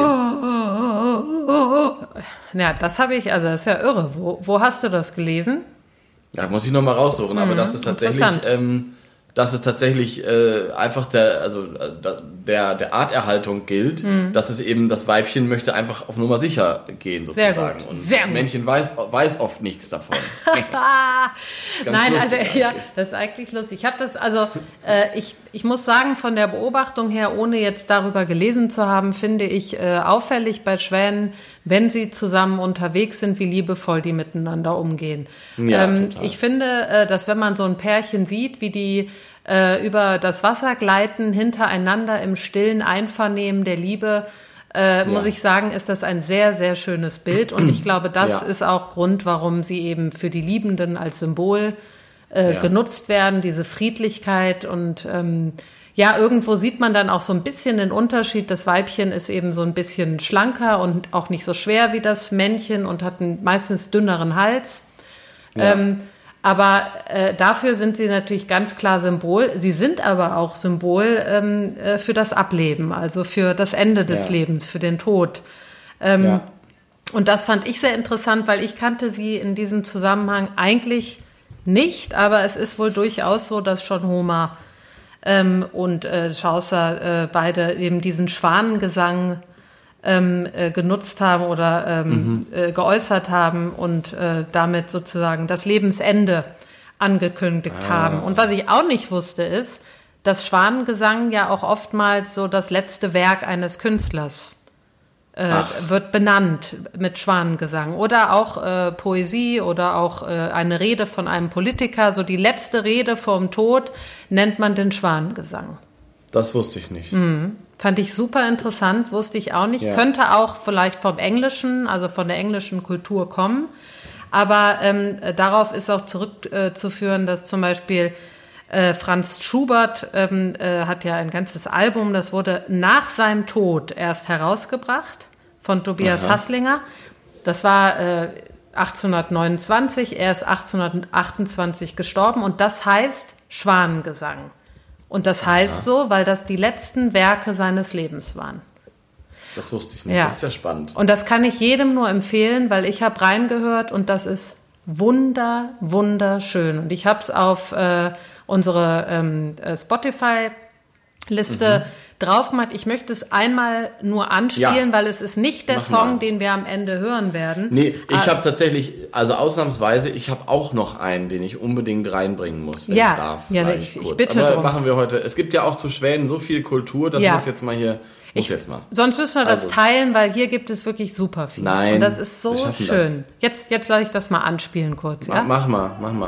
fremdgehen. Ja, das ist ja irre. Wo hast du das gelesen? Ja, muss ich nochmal raussuchen, aber das ist tatsächlich einfach der Arterhaltung gilt, dass es eben, das Weibchen möchte einfach auf Nummer sicher gehen, sozusagen. Sehr gut. Und Sehr das Männchen weiß oft nichts davon. Nein, lustig, das ist eigentlich lustig. Ich habe das, ich muss sagen, von der Beobachtung her, ohne jetzt darüber gelesen zu haben, finde ich auffällig bei Schwänen, wenn sie zusammen unterwegs sind, wie liebevoll die miteinander umgehen. Ja, total. Ich finde, dass wenn man so ein Pärchen sieht, wie die über das Wasser gleiten, hintereinander im stillen Einvernehmen der Liebe, muss ich sagen, ist das ein sehr, sehr schönes Bild. Und ich glaube, das ist auch Grund, warum sie eben für die Liebenden als Symbol genutzt werden, diese Friedlichkeit. Und irgendwo sieht man dann auch so ein bisschen den Unterschied. Das Weibchen ist eben so ein bisschen schlanker und auch nicht so schwer wie das Männchen und hat einen meistens dünneren Hals. Ja. Aber dafür sind sie natürlich ganz klar Symbol. Sie sind aber auch Symbol für das Ableben, also für das Ende des Lebens, für den Tod. Und das fand ich sehr interessant, weil ich kannte sie in diesem Zusammenhang eigentlich nicht, aber es ist wohl durchaus so, dass schon Homer und Chaucer beide eben diesen Schwanengesang genutzt haben oder geäußert haben und damit sozusagen das Lebensende angekündigt haben. Und was ich auch nicht wusste ist, dass Schwanengesang ja auch oftmals so das letzte Werk eines Künstlers wird benannt mit Schwanengesang. Oder auch Poesie oder auch eine Rede von einem Politiker. So die letzte Rede vorm Tod nennt man den Schwanengesang. Das wusste ich nicht. Fand ich super interessant, wusste ich auch nicht. Ja. Könnte auch vielleicht vom Englischen, also von der englischen Kultur kommen. Aber darauf ist auch zurückzuführen, dass zum Beispiel Franz Schubert hat ja ein ganzes Album, das wurde nach seinem Tod erst herausgebracht von Tobias Hasslinger. Das war 1829, er ist 1828 gestorben und das heißt Schwanengesang. Und das heißt so, weil das die letzten Werke seines Lebens waren. Das wusste ich nicht, das ist ja spannend. Und das kann ich jedem nur empfehlen, weil ich habe reingehört und das ist wunderschön. Und ich habe es auf unsere Spotify-Liste drauf gemacht. Ich möchte es einmal nur anspielen, weil es ist nicht der Song, den wir am Ende hören werden. Nee, ich habe tatsächlich, also ausnahmsweise, ich habe auch noch einen, den ich unbedingt reinbringen muss, wenn ich darf. Ja, ich bitte drum. Machen wir heute. Es gibt ja auch zu Schweden so viel Kultur, das muss jetzt mal hier... Sonst müssen wir das teilen, weil hier gibt es wirklich super viel. Nein, und das ist so schön. Jetzt lasse ich das mal anspielen kurz. Ja? Mach mal.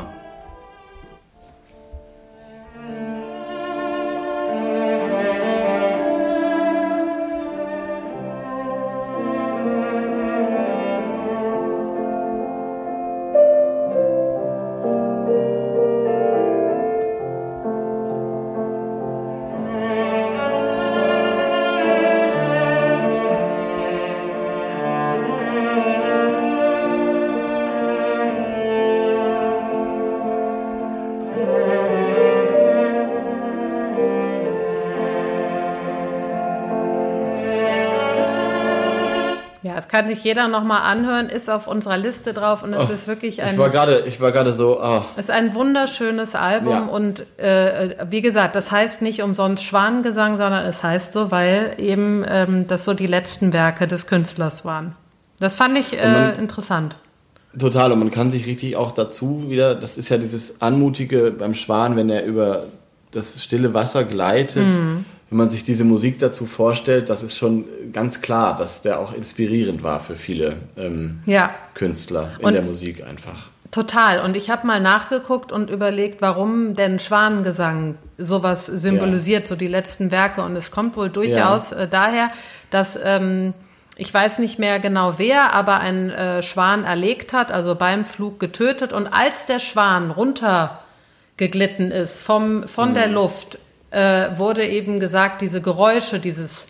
Das kann sich jeder nochmal anhören, ist auf unserer Liste drauf und es ist wirklich ein... Ich war gerade so... Es ist ein wunderschönes Album und wie gesagt, das heißt nicht umsonst Schwanengesang, sondern es heißt so, weil eben das so die letzten Werke des Künstlers waren. Das fand ich interessant. Total, und man kann sich richtig auch dazu wieder, das ist ja dieses Anmutige beim Schwan, wenn er über das stille Wasser gleitet, wenn man sich diese Musik dazu vorstellt, das ist schon ganz klar, dass der auch inspirierend war für viele Künstler in der Musik einfach. Total. Und ich habe mal nachgeguckt und überlegt, warum denn Schwanengesang sowas symbolisiert, so die letzten Werke. Und es kommt wohl durchaus daher, dass, ich weiß nicht mehr genau wer, aber ein Schwan erlegt hat, also beim Flug getötet. Und als der Schwan runtergeglitten ist von der Luft, wurde eben gesagt, diese Geräusche, dieses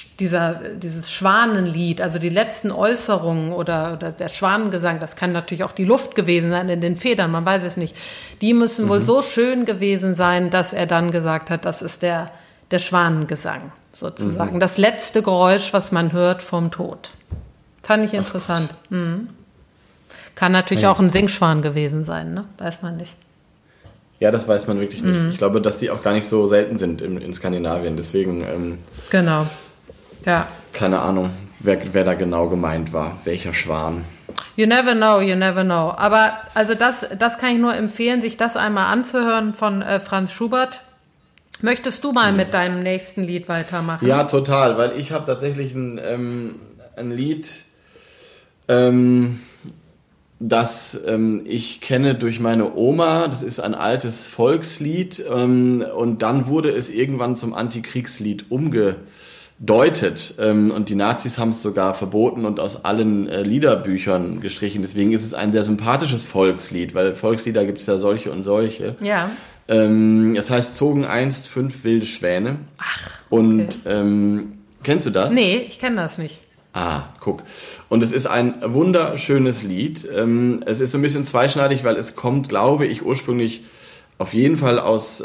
Schwanenlied, also die letzten Äußerungen oder der Schwanengesang, das kann natürlich auch die Luft gewesen sein in den Federn, man weiß es nicht. Die müssen wohl so schön gewesen sein, dass er dann gesagt hat, das ist der Schwanengesang sozusagen. Das letzte Geräusch, was man hört vom Tod. Fand ich interessant. Kann natürlich auch ein Singschwan gewesen sein, ne? Weiß man nicht. Ja, das weiß man wirklich nicht. Ich glaube, dass die auch gar nicht so selten sind in Skandinavien. Deswegen, genau. Ja. Keine Ahnung, wer da genau gemeint war, welcher Schwan. You never know. Aber also das kann ich nur empfehlen, sich das einmal anzuhören von Franz Schubert. Möchtest du mal mit deinem nächsten Lied weitermachen? Ja, total, weil ich habe tatsächlich ein Lied, das ich kenne durch meine Oma. Das ist ein altes Volkslied und dann wurde es irgendwann zum Antikriegslied umgedeutet und die Nazis haben es sogar verboten und aus allen Liederbüchern gestrichen. Deswegen ist es ein sehr sympathisches Volkslied, weil Volkslieder gibt es ja solche und solche. Ja. Es heißt Zogen einst 5 wilde Schwäne. Ach, okay. Und kennst du das? Nee, ich kenne das nicht. Ah, guck. Und es ist ein wunderschönes Lied. Es ist so ein bisschen zweischneidig, weil es kommt, glaube ich, ursprünglich auf jeden Fall aus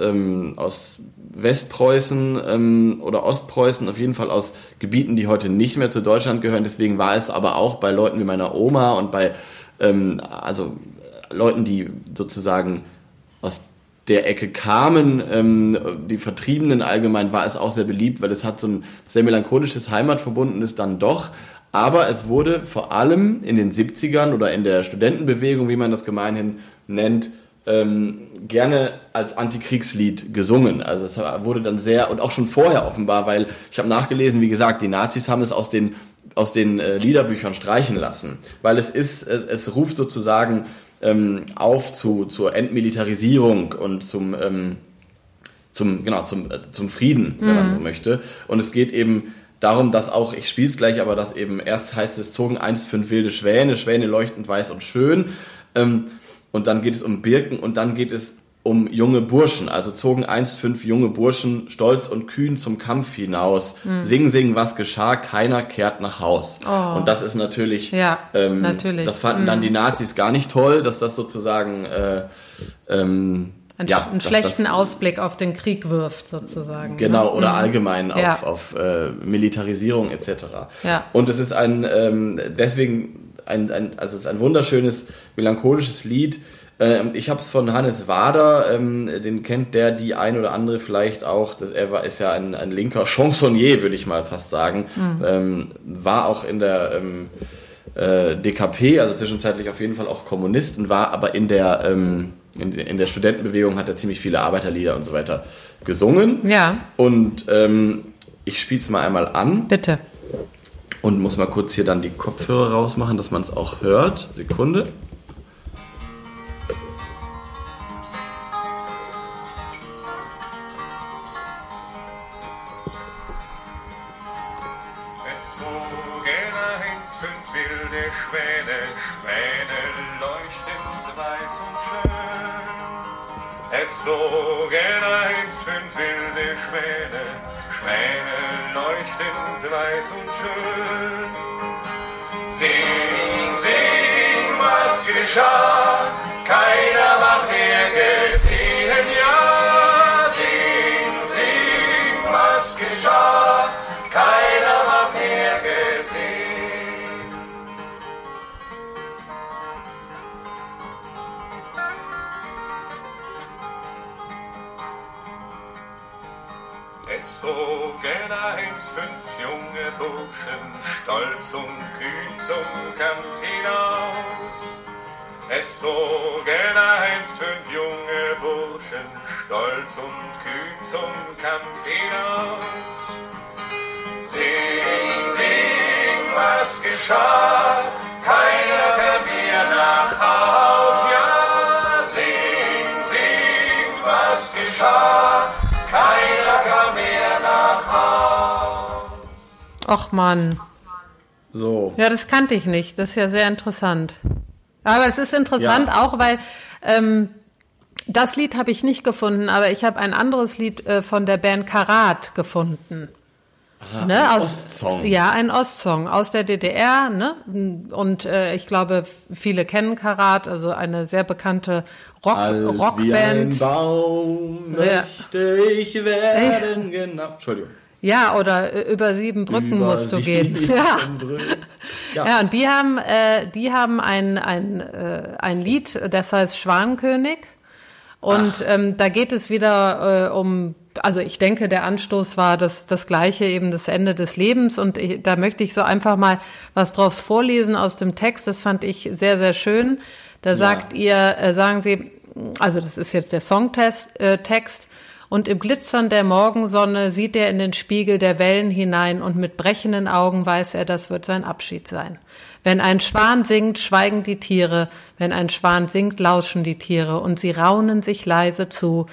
Westpreußen oder Ostpreußen, auf jeden Fall aus Gebieten, die heute nicht mehr zu Deutschland gehören. Deswegen war es aber auch bei Leuten wie meiner Oma und bei also Leuten, die sozusagen aus der Ecke kamen, die Vertriebenen allgemein, war es auch sehr beliebt, weil es hat so ein sehr melancholisches Heimatverbundenes dann doch, aber es wurde vor allem in den 70ern oder in der Studentenbewegung, wie man das gemeinhin nennt, gerne als Antikriegslied gesungen. Also es wurde dann sehr, und auch schon vorher offenbar, weil ich habe nachgelesen, wie gesagt, die Nazis haben es aus den Liederbüchern streichen lassen, weil es ruft sozusagen auf zur Entmilitarisierung und zum Frieden, wenn man so möchte. Und es geht eben darum, dass auch, ich spiele es gleich, aber dass eben erst heißt es, zogen einst 5 wilde Schwäne leuchtend weiß und schön, und dann geht es um Birken und dann geht es um junge Burschen, also zogen einst 5 junge Burschen stolz und kühn zum Kampf hinaus. Sing, sing, was geschah, keiner kehrt nach Haus. Oh. Und das ist natürlich, natürlich. Das fanden dann die Nazis gar nicht toll, dass das sozusagen einen schlechten Ausblick auf den Krieg wirft, sozusagen. Genau, ne? oder allgemein auf Militarisierung etc. Ja. Und es ist deswegen es ist ein wunderschönes, melancholisches Lied. Ich habe es von Hannes Wader, den kennt die ein oder andere vielleicht auch. Ist ja ein linker Chansonnier, würde ich mal fast sagen. War auch in der DKP, also zwischenzeitlich auf jeden Fall auch Kommunist, und war aber in der Studentenbewegung, hat er ziemlich viele Arbeiterlieder und so weiter gesungen. Ja. Und ich spiele es mal einmal an. Bitte. Und muss mal kurz hier dann die Kopfhörer rausmachen, dass man es auch hört. Sekunde. Es zogen einst 5 wilde Schwäne leuchtend weiß und schön. Es zogen einst 5 wilde Schwäne leuchtend weiß und schön. Sing, sing, was geschah, keiner ward mehr gesehen, ja. Sing, sing, was geschah, keiner ward mehr gesehen. Es zogen einst 5 junge Burschen, stolz und kühn zum Kampf hinaus. Es zogen einst 5 junge Burschen, stolz und kühn zum Kampf hinaus. Sing, sing, was geschah, keiner kam mehr nach Haus. Ja, sing, sing, was geschah, keiner kam mehr nach Haus. Och Mann. So. Ja, das kannte ich nicht. Das ist ja sehr interessant. Aber es ist interessant auch, weil das Lied habe ich nicht gefunden, aber ich habe ein anderes Lied von der Band Karat gefunden. Aha, Ne, ein Ostsong. Ja, ein Ostsong aus der DDR. Ne? Und ich glaube, viele kennen Karat, also eine sehr bekannte Rockband. Wie ein Baum möchte ich werden, genau. Entschuldigung. Ja, oder über 7 Brücken musst du gehen. Ja. Ja, und die haben ein Lied, das heißt Schwanenkönig. Und da geht es wieder also ich denke, der Anstoß war das Gleiche, eben das Ende des Lebens. Und da möchte ich so einfach mal was draus vorlesen aus dem Text. Das fand ich sehr, sehr schön. Da sagen Sie, also das ist jetzt der Songtext, und im Glitzern der Morgensonne sieht er in den Spiegel der Wellen hinein und mit brechenden Augen weiß er, das wird sein Abschied sein. Wenn ein Schwan singt, schweigen die Tiere, wenn ein Schwan singt, lauschen die Tiere und sie raunen sich leise zu.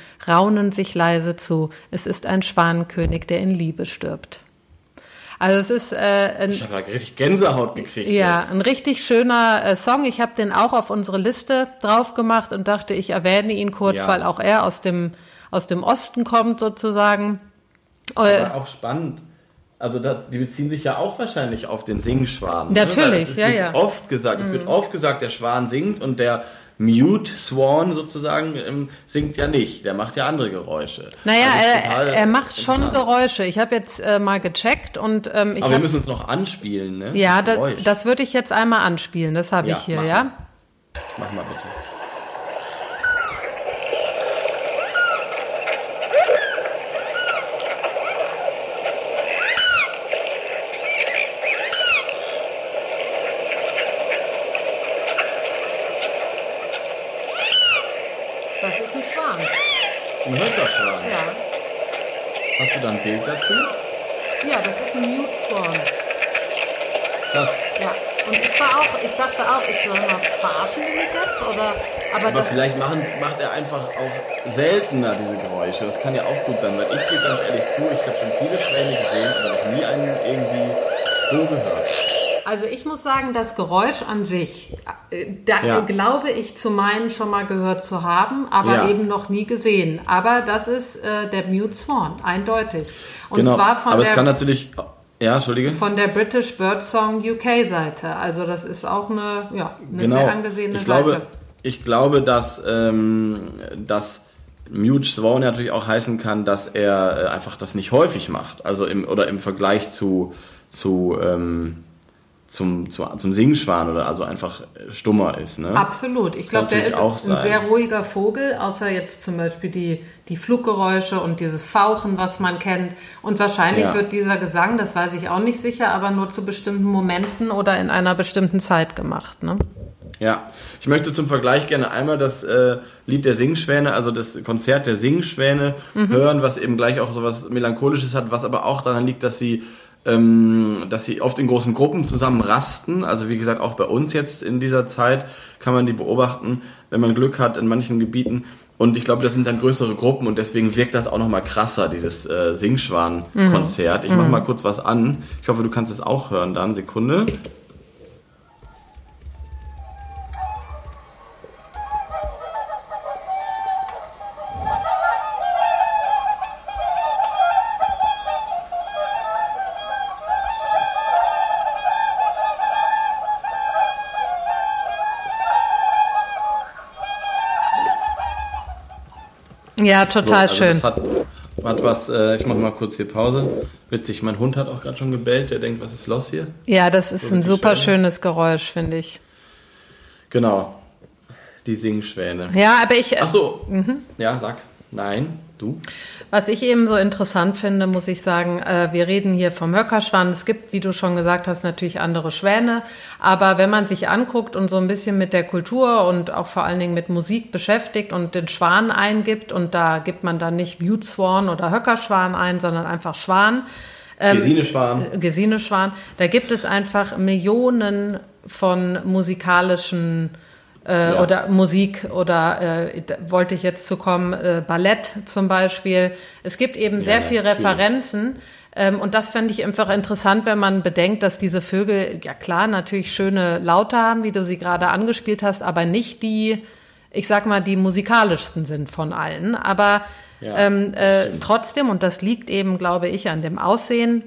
Es ist ein Schwanenkönig, der in Liebe stirbt. Also es ist ich habe ja richtig Gänsehaut gekriegt. Ja, jetzt. ein richtig schöner Song. Ich habe den auch auf unsere Liste drauf gemacht und dachte, ich erwähne ihn kurz, weil auch er aus dem Osten kommt sozusagen. Aber auch spannend. Also die beziehen sich ja auch wahrscheinlich auf den Singschwan. Natürlich, ne? Wird oft gesagt. Es wird oft gesagt, der Schwan singt und der Mute Swan sozusagen singt ja nicht. Der macht ja andere Geräusche. Naja, also er macht schon Geräusche. Ich habe jetzt mal gecheckt und aber wir müssen uns noch anspielen, ne? Ja, das würde ich jetzt einmal anspielen. Das habe ich hier, ja? Mach mal bitte. ein Höckerschwan. Ja. Hast du da ein Bild dazu? Ja, das ist ein Mute Swan. Krass. Ja. Und ich dachte auch, ich soll mal verarschen die mich jetzt, oder? Aber das, vielleicht macht er einfach auch seltener diese Geräusche. Das kann ja auch gut sein, weil ich gebe ganz ehrlich zu, ich habe schon viele Schwäne gesehen, aber noch nie einen irgendwie so gehört. also ich muss sagen, das Geräusch an sich, Ja. glaube ich zu meinen schon mal gehört zu haben, aber eben noch nie gesehen. Aber das ist der Mute Swan, eindeutig. Und Genau. zwar von aber der... es kann natürlich... Ja, Entschuldige. Von der British Birdsong UK-Seite. Also das ist auch eine sehr angesehene Seite. Ich glaube, dass Mute Swan natürlich auch heißen kann, dass er einfach das nicht häufig macht. Also im Vergleich zum Singschwan oder also einfach stummer ist. Ne? Absolut. Ich glaube, der ist auch ein sehr ruhiger Vogel, außer jetzt zum Beispiel die Fluggeräusche und dieses Fauchen, was man kennt. Und wahrscheinlich wird dieser Gesang, das weiß ich auch nicht sicher, aber nur zu bestimmten Momenten oder in einer bestimmten Zeit gemacht. Ne? Ja, ich möchte zum Vergleich gerne einmal das Lied der Singschwäne, also das Konzert der Singschwäne hören, was eben gleich auch so was Melancholisches hat, was aber auch daran liegt, dass sie oft in großen Gruppen zusammen rasten. Also wie gesagt, auch bei uns jetzt in dieser Zeit kann man die beobachten, wenn man Glück hat in manchen Gebieten. Und ich glaube, das sind dann größere Gruppen und deswegen wirkt das auch nochmal krasser, dieses Singschwan-Konzert. Ich mache mal kurz was an. Ich hoffe, du kannst es auch hören dann. Sekunde. Ja, total So, schön. Das hat was, ich mache mal kurz hier Pause. Witzig, mein Hund hat auch gerade schon gebellt, der denkt, was ist los hier? Ja, das ist So ein super Schwäne. schönes Geräusch, finde ich. Genau, die Singschwäne. Ja, aber ich... Ach so, ja, sag. Nein, du? Was ich eben so interessant finde, muss ich sagen, wir reden hier vom Höckerschwan. Es gibt, wie du schon gesagt hast, natürlich andere Schwäne. Aber wenn man sich anguckt und so ein bisschen mit der Kultur und auch vor allen Dingen mit Musik beschäftigt und den Schwan eingibt, und da gibt man dann nicht Mute Swan oder Höckerschwan ein, sondern einfach Schwan. Gesine-Schwan. Da gibt es einfach Millionen von musikalischen oder Musik oder wollte ich jetzt zu kommen, Ballett zum Beispiel. Es gibt eben sehr viel Referenzen und das fände ich einfach interessant, wenn man bedenkt, dass diese Vögel, ja klar, natürlich schöne Laute haben, wie du sie gerade angespielt hast, aber nicht die, ich sag mal, die musikalischsten sind von allen. Aber trotzdem, und das liegt eben, glaube ich, an dem Aussehen,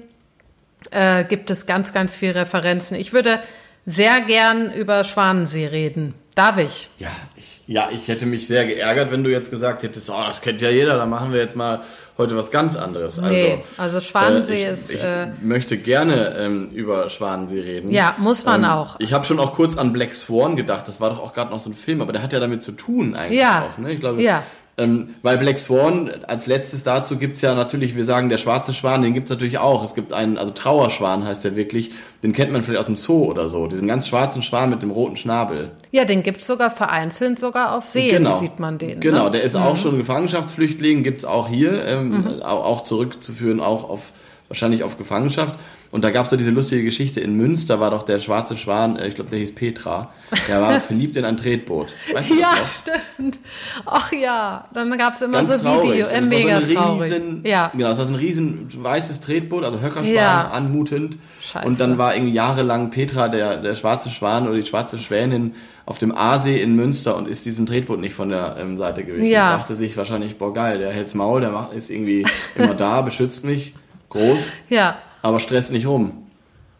gibt es ganz, ganz viele Referenzen. Ich würde sehr gern über Schwanensee reden. Darf ich? Ja, ich hätte mich sehr geärgert, wenn du jetzt gesagt hättest, oh, das kennt ja jeder, dann machen wir jetzt mal heute was ganz anderes. Also Schwanensee ich möchte gerne über Schwanensee reden. Ja, muss man auch. Ich habe schon auch kurz an Black Swan gedacht, das war doch auch gerade noch so ein Film, aber der hat ja damit zu tun eigentlich auch. Ne? Ich glaube, weil Black Swan, als letztes dazu gibt's ja natürlich, wir sagen der schwarze Schwan, den gibt's natürlich auch. Es gibt einen, also Trauerschwan heißt der wirklich, den kennt man vielleicht aus dem Zoo oder so, diesen ganz schwarzen Schwan mit dem roten Schnabel. Ja, den gibt's sogar vereinzelt, sogar auf Seen sieht man den. Genau, ne? Der ist auch schon Gefangenschaftsflüchtling, gibt's auch hier, auch zurückzuführen, auch wahrscheinlich auf Gefangenschaft. Und da gab's so diese lustige Geschichte, in Münster war doch der schwarze Schwan, ich glaube, der hieß Petra, der war verliebt in ein Tretboot. Weißt du das noch? Stimmt. Ach ja, dann gab's immer Ganz so traurig. Video, mega traurig. Genau, es war so ein riesen weißes Tretboot, also Höckerschwan, anmutend. Scheiße. Und dann war irgendwie jahrelang Petra, der schwarze Schwan oder die schwarze Schwänin, auf dem Aasee in Münster und ist diesem Tretboot nicht von der Seite gewichen. Ja. Dachte sich wahrscheinlich, boah geil, der hält's Maul, ist irgendwie immer da, beschützt mich, groß. Ja. Aber stresst nicht rum.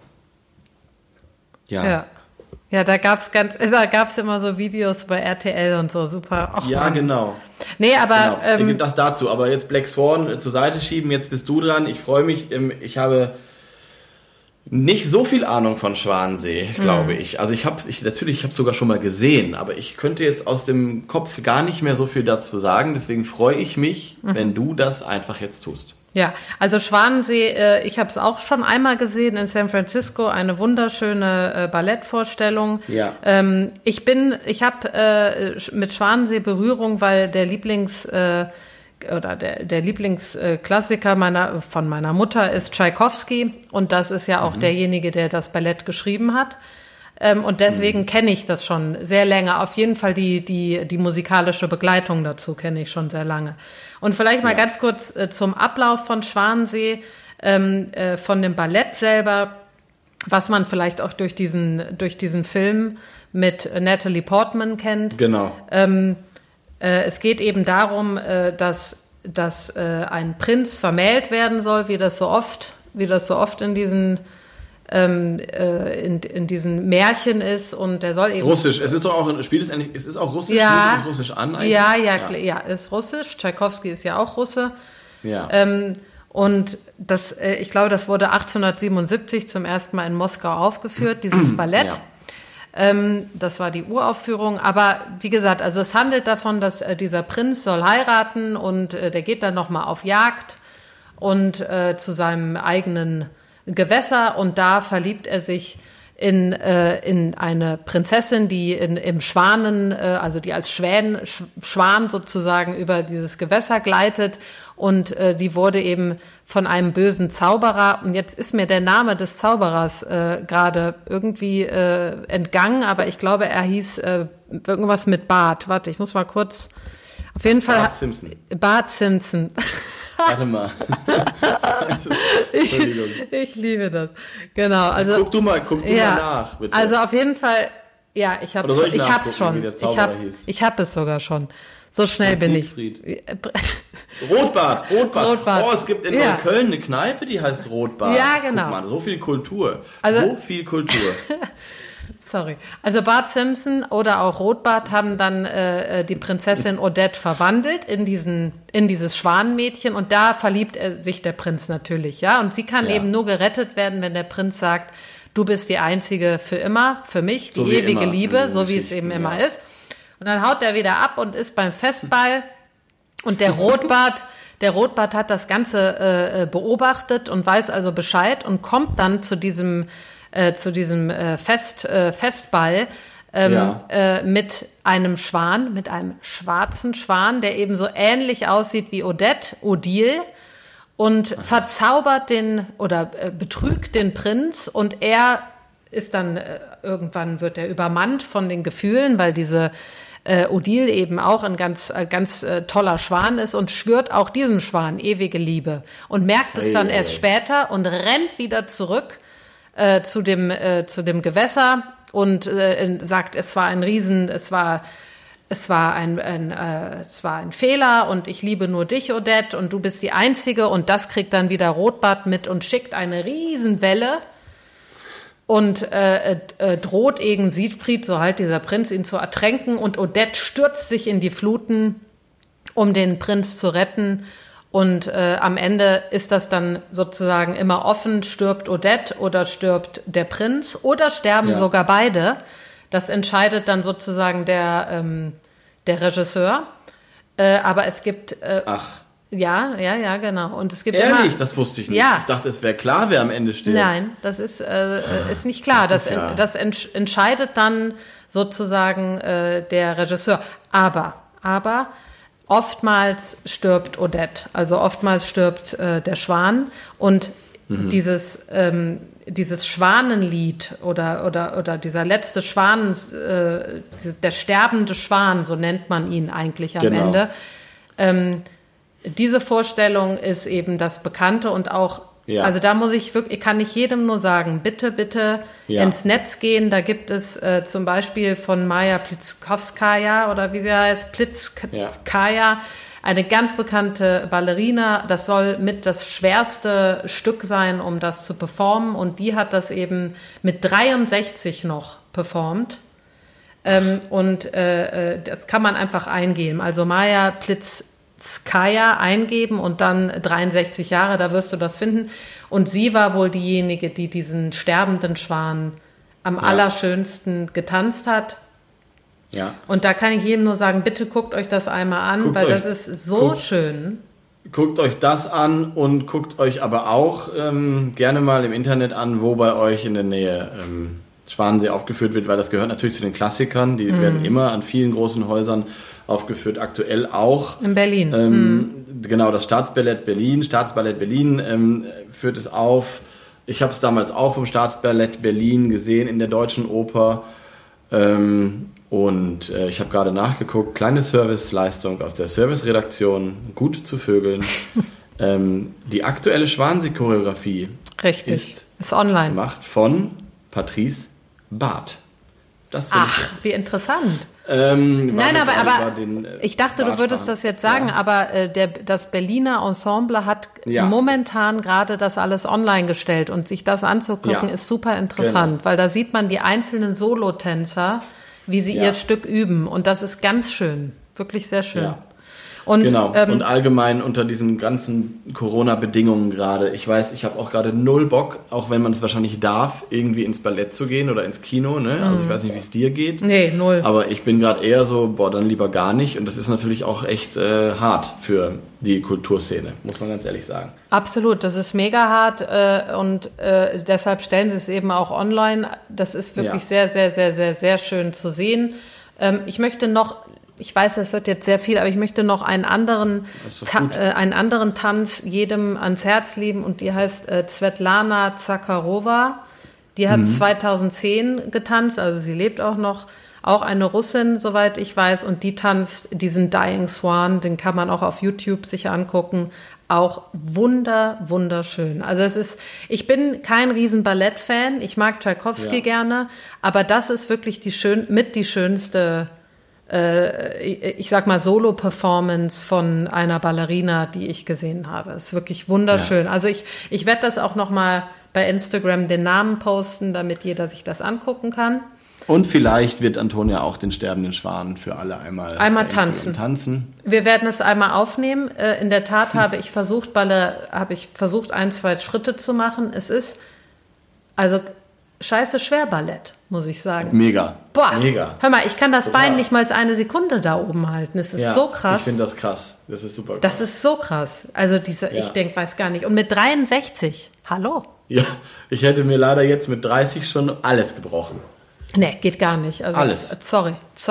Ja, da gab's immer so Videos bei RTL und so, super. Och, ja, Mann. genau. Nee, aber... Genau. Das dazu. Aber jetzt Black Swan zur Seite schieben, jetzt bist du dran. Ich freue mich. Ich habe nicht so viel Ahnung von Schwanensee, glaube ich. Also ich habe sogar schon mal gesehen, aber ich könnte jetzt aus dem Kopf gar nicht mehr so viel dazu sagen. Deswegen freue ich mich, wenn du das einfach jetzt tust. Ja, also Schwanensee, ich habe es auch schon einmal gesehen in San Francisco, eine wunderschöne Ballettvorstellung. Ja. Ich habe mit Schwanensee Berührung, weil der oder der Lieblingsklassiker von meiner Mutter ist Tschaikowski und das ist ja auch derjenige, der das Ballett geschrieben hat. Und deswegen kenne ich das schon sehr lange. Auf jeden Fall die musikalische Begleitung dazu kenne ich schon sehr lange. Und vielleicht mal ganz kurz zum Ablauf von Schwanensee, von dem Ballett selber, was man vielleicht auch durch diesen Film mit Natalie Portman kennt. Genau. Es geht eben darum, dass ein Prinz vermählt werden soll, wie das so oft in diesen in diesen Märchen ist, und der soll eben Russisch. Es ist doch auch es ist auch Russisch. Ja, es Russisch an eigentlich. Ja, ist Russisch. Tschaikowski ist ja auch Russe. Ja. Und ich glaube, das wurde 1877 zum ersten Mal in Moskau aufgeführt, dieses Ballett. Ja. Das war die Uraufführung. Aber wie gesagt, also es handelt davon, dass dieser Prinz soll heiraten und der geht dann nochmal auf Jagd und zu seinem eigenen Gewässer, und da verliebt er sich in eine Prinzessin, die im Schwanen, also die als Schwan sozusagen über dieses Gewässer gleitet, und die wurde eben von einem bösen Zauberer, und jetzt ist mir der Name des Zauberers gerade irgendwie entgangen, aber ich glaube, er hieß irgendwas mit Bart. Warte, ich muss mal kurz, auf jeden Fall Bart Simpson. Bart Simpson. Warte mal. Entschuldigung. Ich liebe das. Genau. Also guck du mal nach, bitte. Also auf jeden Fall, ja, ich hab's schon. Ich hab es sogar schon. So schnell bin ich. Rotbart. Oh, es gibt in Neukölln eine Kneipe, die heißt Rotbart. Ja, genau. Guck mal, so viel Kultur. Sorry. Also Bart Simpson oder auch Rotbart haben dann die Prinzessin Odette verwandelt in dieses Schwanenmädchen, und da verliebt sich der Prinz natürlich, ja. Und sie kann eben nur gerettet werden, wenn der Prinz sagt, du bist die Einzige für immer, für mich, die ewige Liebe, so wie es eben immer ist. Und dann haut er wieder ab und ist beim Festball, und der Rotbart hat das Ganze beobachtet und weiß also Bescheid und kommt dann zu diesem Festball mit einem Schwan, mit einem schwarzen Schwan, der eben so ähnlich aussieht wie Odile, und verzaubert betrügt den Prinz, und er ist dann, irgendwann wird er übermannt von den Gefühlen, weil diese Odile eben auch ein ganz toller Schwan ist, und schwört auch diesem Schwan ewige Liebe und merkt es dann erst später und rennt wieder zurück zu dem Gewässer und sagt, es war ein Fehler und ich liebe nur dich, Odette, und du bist die Einzige, und das kriegt dann wieder Rotbart mit und schickt eine Riesenwelle und droht eben Siegfried, so halt dieser Prinz, ihn zu ertränken, und Odette stürzt sich in die Fluten, um den Prinz zu retten. Und am Ende ist das dann sozusagen immer offen, stirbt Odette oder stirbt der Prinz oder sterben sogar beide. Das entscheidet dann sozusagen der Regisseur. Aber es gibt... Ja, genau. Und es gibt Ehrlich? immer... Das wusste ich nicht. Ja. Ich dachte, es wäre klar, wer am Ende stirbt. Nein, das ist nicht klar. Das entscheidet dann sozusagen der Regisseur. Aber oftmals stirbt Odette, also oftmals stirbt der Schwan, und dieses Schwanenlied oder dieser letzte Schwan, der sterbende Schwan, so nennt man ihn eigentlich am Ende. Diese Vorstellung ist eben das Bekannte, und auch, also da muss ich kann ich jedem nur sagen, bitte ins Netz gehen. Da gibt es zum Beispiel von Maja Pliskowskaja, oder wie sie heißt, Pliskowskaja, eine ganz bekannte Ballerina. Das soll mit das schwerste Stück sein, um das zu performen, und die hat das eben mit 63 noch performt. Und das kann man einfach eingeben. Also Maja Pliskowskaja eingeben und dann 63 Jahre, da wirst du das finden. Und sie war wohl diejenige, die diesen sterbenden Schwan am allerschönsten getanzt hat. Ja. Und da kann ich jedem nur sagen, bitte guckt euch das einmal an, weil das ist so schön. Guckt euch das an und guckt euch aber auch gerne mal im Internet an, wo bei euch in der Nähe Schwanensee aufgeführt wird, weil das gehört natürlich zu den Klassikern. Die werden immer an vielen großen Häusern aufgeführt, aktuell auch. In Berlin. Genau, das Staatsballett Berlin führt es auf. Ich habe es damals auch vom Staatsballett Berlin gesehen in der Deutschen Oper. Und ich habe gerade nachgeguckt, kleine Serviceleistung aus der Serviceredaktion, gut zu vögeln. Die aktuelle Schwanensee-Choreografie Richtig, ist online. Gemacht von Patrice Barth. Das Ach, wie interessant. Nein, aber ich dachte, du würdest das jetzt sagen, aber das Berliner Ensemble hat momentan gerade das alles online gestellt und sich das anzugucken ist super interessant, weil da sieht man die einzelnen Solotänzer, wie sie ihr Stück üben und das ist ganz schön, wirklich sehr schön. Ja. Und, genau, und allgemein unter diesen ganzen Corona-Bedingungen gerade. Ich weiß, ich habe auch gerade null Bock, auch wenn man es wahrscheinlich darf, irgendwie ins Ballett zu gehen oder ins Kino. Ne? Also ich weiß nicht, wie es dir geht. Nee, null. Aber ich bin gerade eher so, dann lieber gar nicht. Und das ist natürlich auch echt hart für die Kulturszene, muss man ganz ehrlich sagen. Absolut, das ist mega hart und deshalb stellen sie es eben auch online. Das ist wirklich sehr, sehr, sehr, sehr, sehr schön zu sehen. Ich möchte noch... Ich weiß, das wird jetzt sehr viel, aber ich möchte noch einen anderen Tanz jedem ans Herz legen und die heißt Svetlana Zakharova. Die hat 2010 getanzt, also sie lebt auch noch, auch eine Russin, soweit ich weiß, und die tanzt diesen Dying Swan, den kann man auch auf YouTube sich angucken. Auch wunderschön. Also ich bin kein riesen Ballett-Fan, ich mag Tschaikowski gerne, aber das ist wirklich die schönste ich sag mal Solo-Performance von einer Ballerina, die ich gesehen habe. Ist wirklich wunderschön. Ja. Also ich werde das auch noch mal bei Instagram den Namen posten, damit jeder sich das angucken kann. Und vielleicht wird Antonia auch den sterbenden Schwan für alle einmal tanzen. Wir werden es einmal aufnehmen. In der Tat habe ich versucht, ein, zwei Schritte zu machen. Es ist also scheiße schwer Ballett, muss ich sagen. Mega. Boah, mega. Hör mal, ich kann das Bein nicht mal eine Sekunde da oben halten. Das ist so krass. Ich finde das krass. Das ist super krass. Das ist so krass. Also ich weiß gar nicht. Und mit 63, hallo? Ja, ich hätte mir leider jetzt mit 30 schon alles gebrochen. Nee, geht gar nicht. Also, alles. Sorry.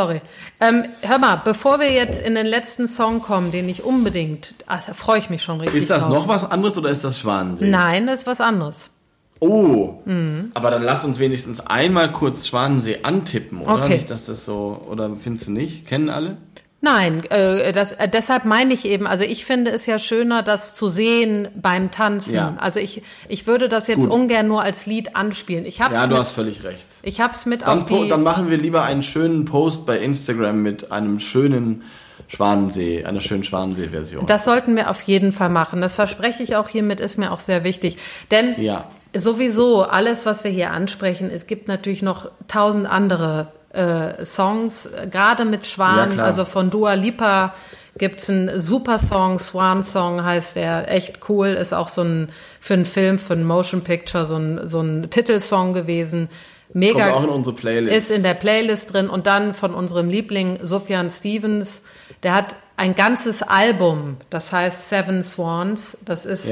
Hör mal, bevor wir jetzt in den letzten Song kommen, den ich unbedingt, da freue ich mich schon richtig Ist das drauf. noch was anderes oder ist das Schwanensee? Nein, das ist was anderes. Oh, aber dann lass uns wenigstens einmal kurz Schwanensee antippen, oder? Okay. Nicht, dass das so, oder findest du nicht? Kennen alle? Nein, deshalb meine ich eben, also ich finde es ja schöner, das zu sehen beim Tanzen. Ja. Also ich würde das jetzt ungern nur als Lied anspielen. Du hast völlig recht. Ich hab's mit Dann machen wir lieber einen schönen Post bei Instagram mit einem schönen Schwanensee, einer schönen Schwanensee-Version. Das sollten wir auf jeden Fall machen. Das verspreche ich auch hiermit, ist mir auch sehr wichtig. Denn sowieso alles, was wir hier ansprechen, es gibt natürlich noch 1000 andere Songs, gerade mit Schwan, also von Dua Lipa gibt's einen super Song, Swan Song heißt der, echt cool, ist auch für einen Film, für ein Motion Picture so ein Titelsong gewesen. Mega. Kommt auch in unsere Playlist. Ist in der Playlist drin und dann von unserem Liebling Sufjan Stevens, der hat ein ganzes Album, das heißt Seven Swans, das ist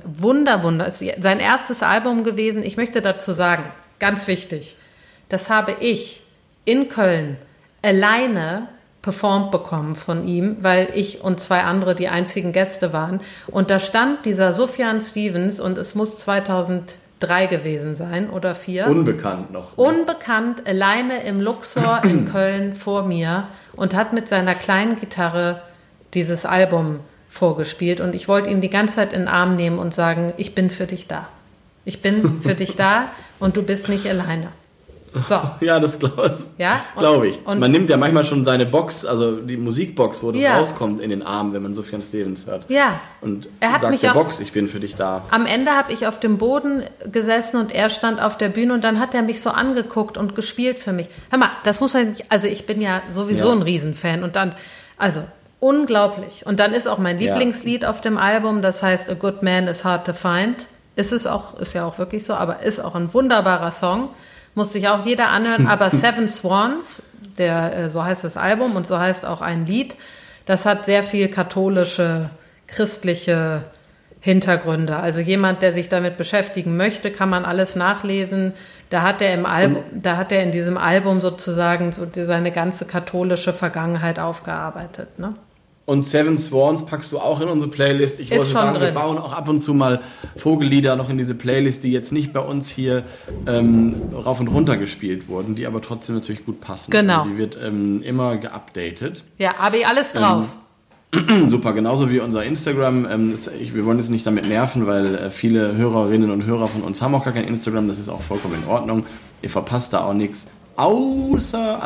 ist sein erstes Album gewesen. Ich möchte dazu sagen, ganz wichtig, das habe ich in Köln alleine performt bekommen von ihm, weil ich und zwei andere die einzigen Gäste waren. Und da stand dieser Sufjan Stevens und es muss 2003 gewesen sein oder 2004. Unbekannt noch. Ne? Unbekannt, alleine im Luxor in Köln vor mir und hat mit seiner kleinen Gitarre dieses Album vorgespielt. Und ich wollte ihn die ganze Zeit in den Arm nehmen und sagen, ich bin für dich da. Ich bin für dich da und du bist nicht alleine. So. Ja, das glaube ich. Und man nimmt ja manchmal schon seine Box, also die Musikbox, wo das rauskommt, in den Arm, wenn man Sufjan Stevens hört. Ja. Und er hat sagt mich der Box, ich bin für dich da. Am Ende habe ich auf dem Boden gesessen und er stand auf der Bühne und dann hat er mich so angeguckt und gespielt für mich. Hör mal, das muss man nicht, also ich bin ja sowieso ein Riesenfan und dann, also unglaublich. Und dann ist auch mein Lieblingslied auf dem Album, das heißt A Good Man is Hard to Find. Ist ja auch wirklich so, aber ist auch ein wunderbarer Song. Muss sich auch jeder anhören, aber Seven Swans, so heißt das Album und so heißt auch ein Lied, das hat sehr viel katholische, christliche Hintergründe. Also jemand, der sich damit beschäftigen möchte, kann man alles nachlesen. Da hat er in diesem Album sozusagen so seine ganze katholische Vergangenheit aufgearbeitet, ne? Und Seven Swans packst du auch in unsere Playlist. Ich wollte sagen, wir bauen auch ab und zu mal Vogellieder noch in diese Playlist, die jetzt nicht bei uns hier rauf und runter gespielt wurden, die aber trotzdem natürlich gut passen. Genau. Also die wird immer geupdatet. Ja, habe ich alles drauf. Super, genauso wie unser Instagram. Wir wollen jetzt nicht damit nerven, weil viele Hörerinnen und Hörer von uns haben auch gar kein Instagram. Das ist auch vollkommen in Ordnung. Ihr verpasst da auch nichts. Außer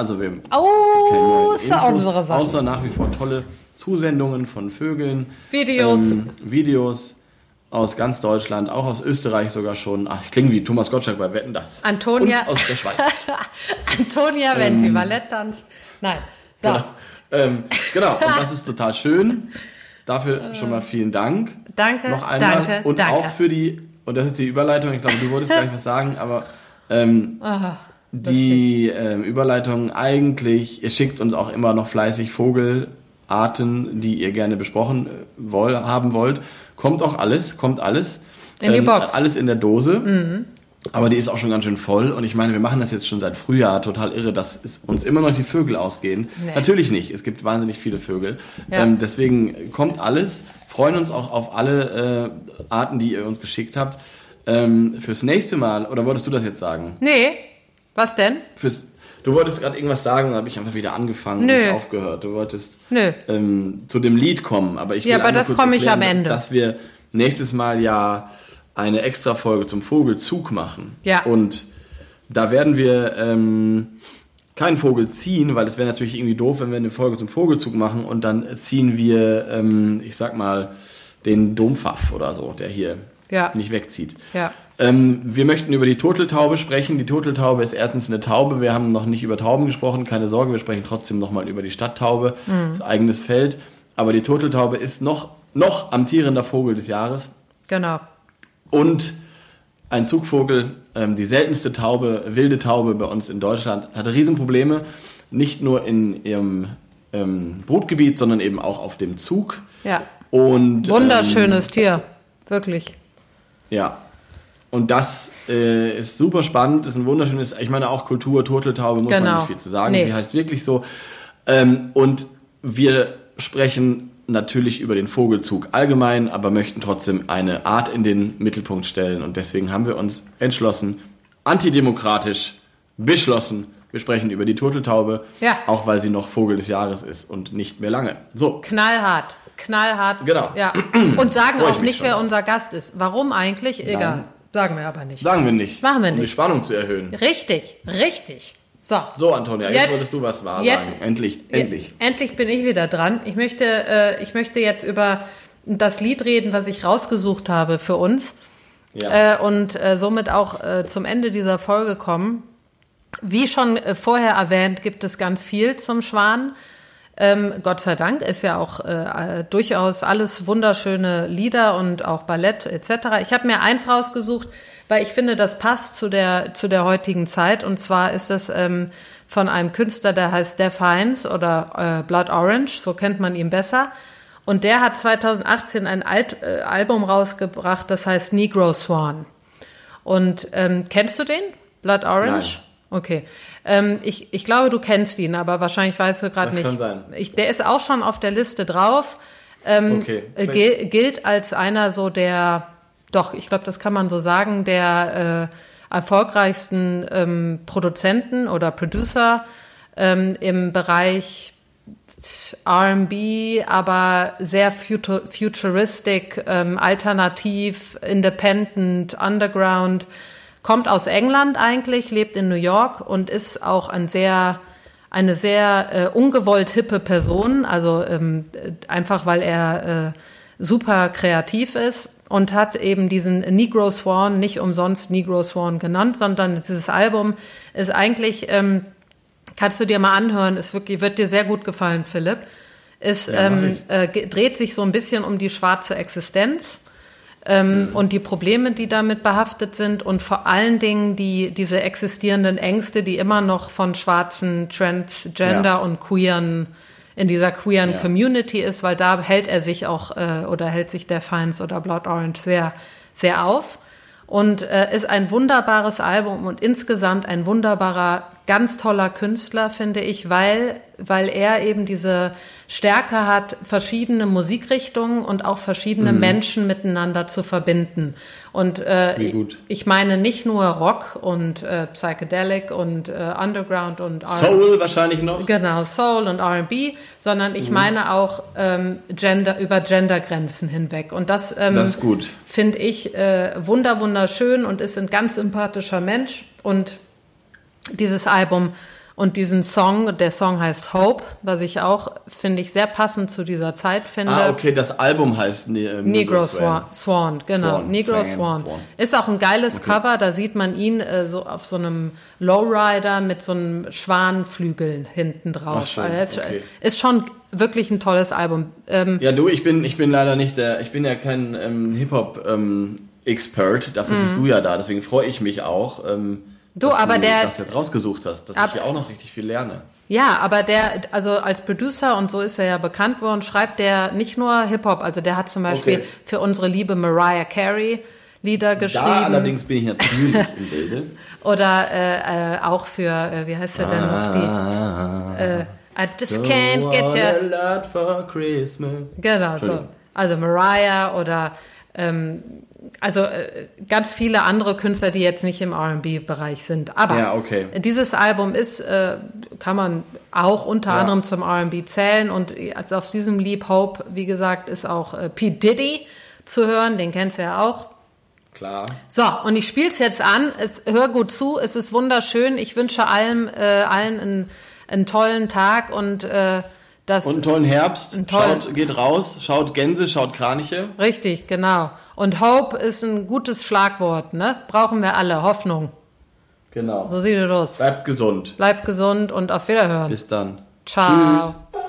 unsere Sachen. Außer nach wie vor tolle Zusendungen von Vögeln. Videos aus ganz Deutschland, auch aus Österreich sogar schon. Ach, ich klinge wie Thomas Gottschalk bei Wetten, das. Antonia. Und aus der Schweiz. Antonia, wenn sie Ballett tanzt. Nein. So. Genau, und das ist total schön. Dafür schon mal vielen Dank. Danke, noch einmal. danke, und danke. auch für und das ist die Überleitung, ich glaube, du wolltest gleich was sagen, aber die Überleitung eigentlich, ihr schickt uns auch immer noch fleißig Vogelarten, die ihr gerne besprochen haben wollt. Kommt alles. In die Box. Alles in der Dose. Mhm. Aber die ist auch schon ganz schön voll. Und ich meine, wir machen das jetzt schon seit Frühjahr. Total irre, dass uns immer noch die Vögel ausgehen. Nee. Natürlich nicht. Es gibt wahnsinnig viele Vögel. Ja. Deswegen kommt alles. Freuen uns auch auf alle Arten, die ihr uns geschickt habt. Fürs nächste Mal, oder wolltest du das jetzt sagen? Nee. Was denn? Du wolltest gerade irgendwas sagen, dann habe ich einfach wieder angefangen und aufgehört. Du wolltest zu dem Lied kommen. Aber ich will aber das komme ich am Ende. Dass wir nächstes Mal ja eine extra Folge zum Vogelzug machen. Ja. Und da werden wir keinen Vogel ziehen, weil es wäre natürlich irgendwie doof, wenn wir eine Folge zum Vogelzug machen und dann ziehen wir, ich sag mal, den Dompfaff oder so, der hier nicht wegzieht. Ja. Wir möchten über die Turteltaube sprechen. Die Turteltaube ist erstens eine Taube. Wir haben noch nicht über Tauben gesprochen. Keine Sorge, wir sprechen trotzdem nochmal über die Stadttaube. Eigenes Feld. Aber die Turteltaube ist noch amtierender Vogel des Jahres. Genau. Und ein Zugvogel, die seltenste Taube, wilde Taube bei uns in Deutschland, hatte Riesenprobleme. Nicht nur in ihrem Brutgebiet, sondern eben auch auf dem Zug. Ja. Und, wunderschönes Tier. Wirklich. Ja. Und das ist super spannend, ist ein wunderschönes, ich meine auch Kultur, Turteltaube, muss man nicht viel zu sagen, sie heißt wirklich so. Und wir sprechen natürlich über den Vogelzug allgemein, aber möchten trotzdem eine Art in den Mittelpunkt stellen und deswegen haben wir uns entschlossen, antidemokratisch beschlossen, wir sprechen über die Turteltaube, auch weil sie noch Vogel des Jahres ist und nicht mehr lange. So. Knallhart. Genau. Ja. Und sagen auch nicht, wer unser Gast ist. Warum eigentlich? Egal. Sagen wir aber nicht. Sagen wir nicht. Machen wir nicht. Um die Spannung zu erhöhen. Richtig. So, Antonia, jetzt wolltest du was sagen. Endlich. Endlich bin ich wieder dran. Ich möchte jetzt über das Lied reden, was ich rausgesucht habe für uns. Ja. Und somit auch zum Ende dieser Folge kommen. Wie schon vorher erwähnt, gibt es ganz viel zum Schwan. Gott sei Dank ist ja auch durchaus alles wunderschöne Lieder und auch Ballett etc. Ich habe mir eins rausgesucht, weil ich finde, das passt zu der heutigen Zeit. Und zwar ist das von einem Künstler, der heißt Def Hines oder Blood Orange, so kennt man ihn besser. Und der hat 2018 ein Album rausgebracht, das heißt Negro Swan. Und kennst du den? Blood Orange? Nein. Okay. Ich glaube, du kennst ihn, aber wahrscheinlich weißt du gerade nicht. Das kann sein. Der ist auch schon auf der Liste drauf. Gilt als einer so der, doch, ich glaube, das kann man so sagen, der erfolgreichsten Produzenten oder Producer im Bereich R&B, aber sehr futuristic, alternativ, independent, underground. Kommt aus England eigentlich, lebt in New York und ist auch eine sehr ungewollt hippe Person, also einfach weil er super kreativ ist und hat eben diesen Negro Swan, nicht umsonst Negro Swan genannt, sondern dieses Album ist eigentlich, kannst du dir mal anhören, wird dir sehr gut gefallen, Philipp, dreht sich so ein bisschen um die schwarze Existenz. Und die Probleme, die damit behaftet sind und vor allen Dingen diese existierenden Ängste, die immer noch von schwarzen Transgender und queeren in dieser queeren Community ist, weil da hält er sich auch oder hält sich Defiance oder Blood Orange sehr, sehr auf. Und ist ein wunderbares Album und insgesamt ein wunderbarer, ganz toller Künstler, finde ich, weil er eben diese Stärke hat, verschiedene Musikrichtungen und auch verschiedene Menschen miteinander zu verbinden. Und ich meine nicht nur Rock und Psychedelic und Underground und Soul wahrscheinlich noch. Genau, Soul und R&B, sondern ich meine auch über Gendergrenzen hinweg. Und das ist gut. Finde ich wunderschön und ist ein ganz sympathischer Mensch. Und dieses Album und diesen Song, der Song heißt Hope, was ich auch, finde ich, sehr passend zu dieser Zeit finde. Ah, okay, das Album heißt Negro Swan, genau. Negro Swan. Ist auch ein geiles Cover, da sieht man ihn so auf so einem Lowrider mit so einem Schwanflügeln hinten drauf. Ach, schön. Also ist schon wirklich ein tolles Album. Ja, du, ich bin leider nicht ich bin ja kein Hip-Hop Expert, dafür bist du ja da, deswegen freue ich mich auch. Dass du das jetzt rausgesucht hast, dass ich hier auch noch richtig viel lerne. Ja, aber also als Producer und so ist er ja bekannt worden, schreibt der nicht nur Hip-Hop, also der hat zum Beispiel für unsere liebe Mariah Carey Lieder geschrieben. Da allerdings bin ich natürlich im Bilde. Oder auch für, wie heißt er denn noch, die I just can't get you. A lot for Christmas. Genau, so. Also Mariah oder ganz viele andere Künstler, die jetzt nicht im R&B-Bereich sind. Aber dieses Album ist, kann man auch unter anderem zum R&B zählen. Und also auf diesem Lied Hope, wie gesagt, ist auch P. Diddy zu hören. Den kennst du ja auch. Klar. So, und ich spiel's jetzt an. Hör gut zu, es ist wunderschön. Ich wünsche allen einen tollen Tag und einen tollen Herbst. Geht raus, schaut Gänse, schaut Kraniche. Richtig, genau. Und Hope ist ein gutes Schlagwort, ne? Brauchen wir alle. Hoffnung. Genau. So sieht es aus. Bleibt gesund. Bleibt gesund und auf Wiederhören. Bis dann. Ciao. Tschüss.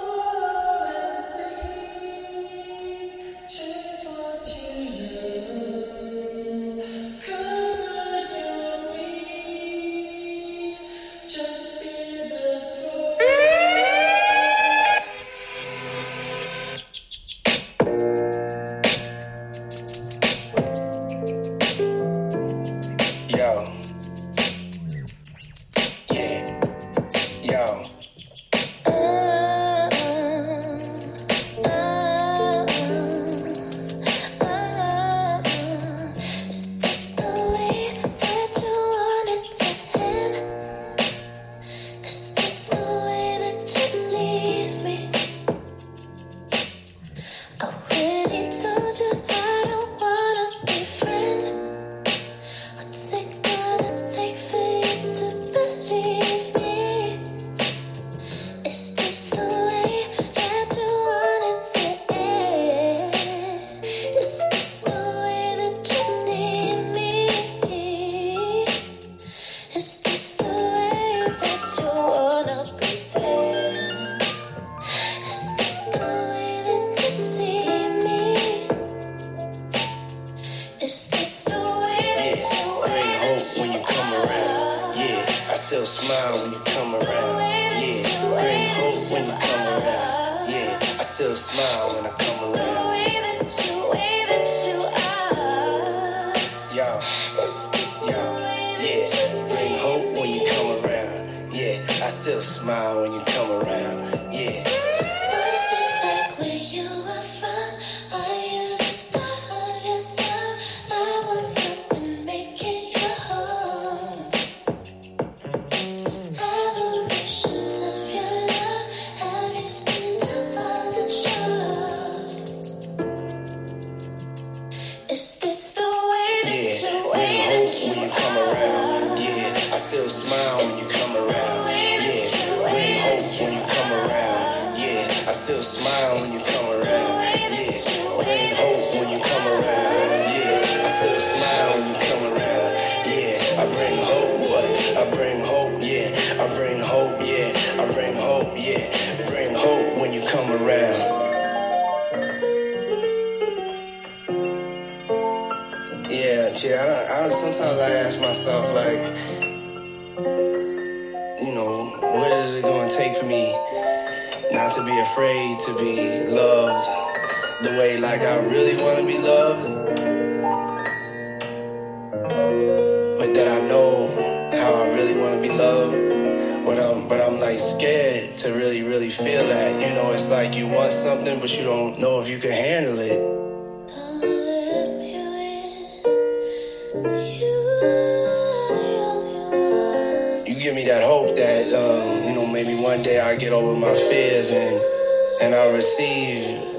Sometimes I ask myself, like, what is it going to take for me not not to be afraid to be loved the way like I really want to be loved, but that I know how I really want to be loved, but I'm like scared to really feel that. You know, it's like you want something, but you don't know if you can handle it. Give me that hope that, maybe one day I get over my fears and I'll receive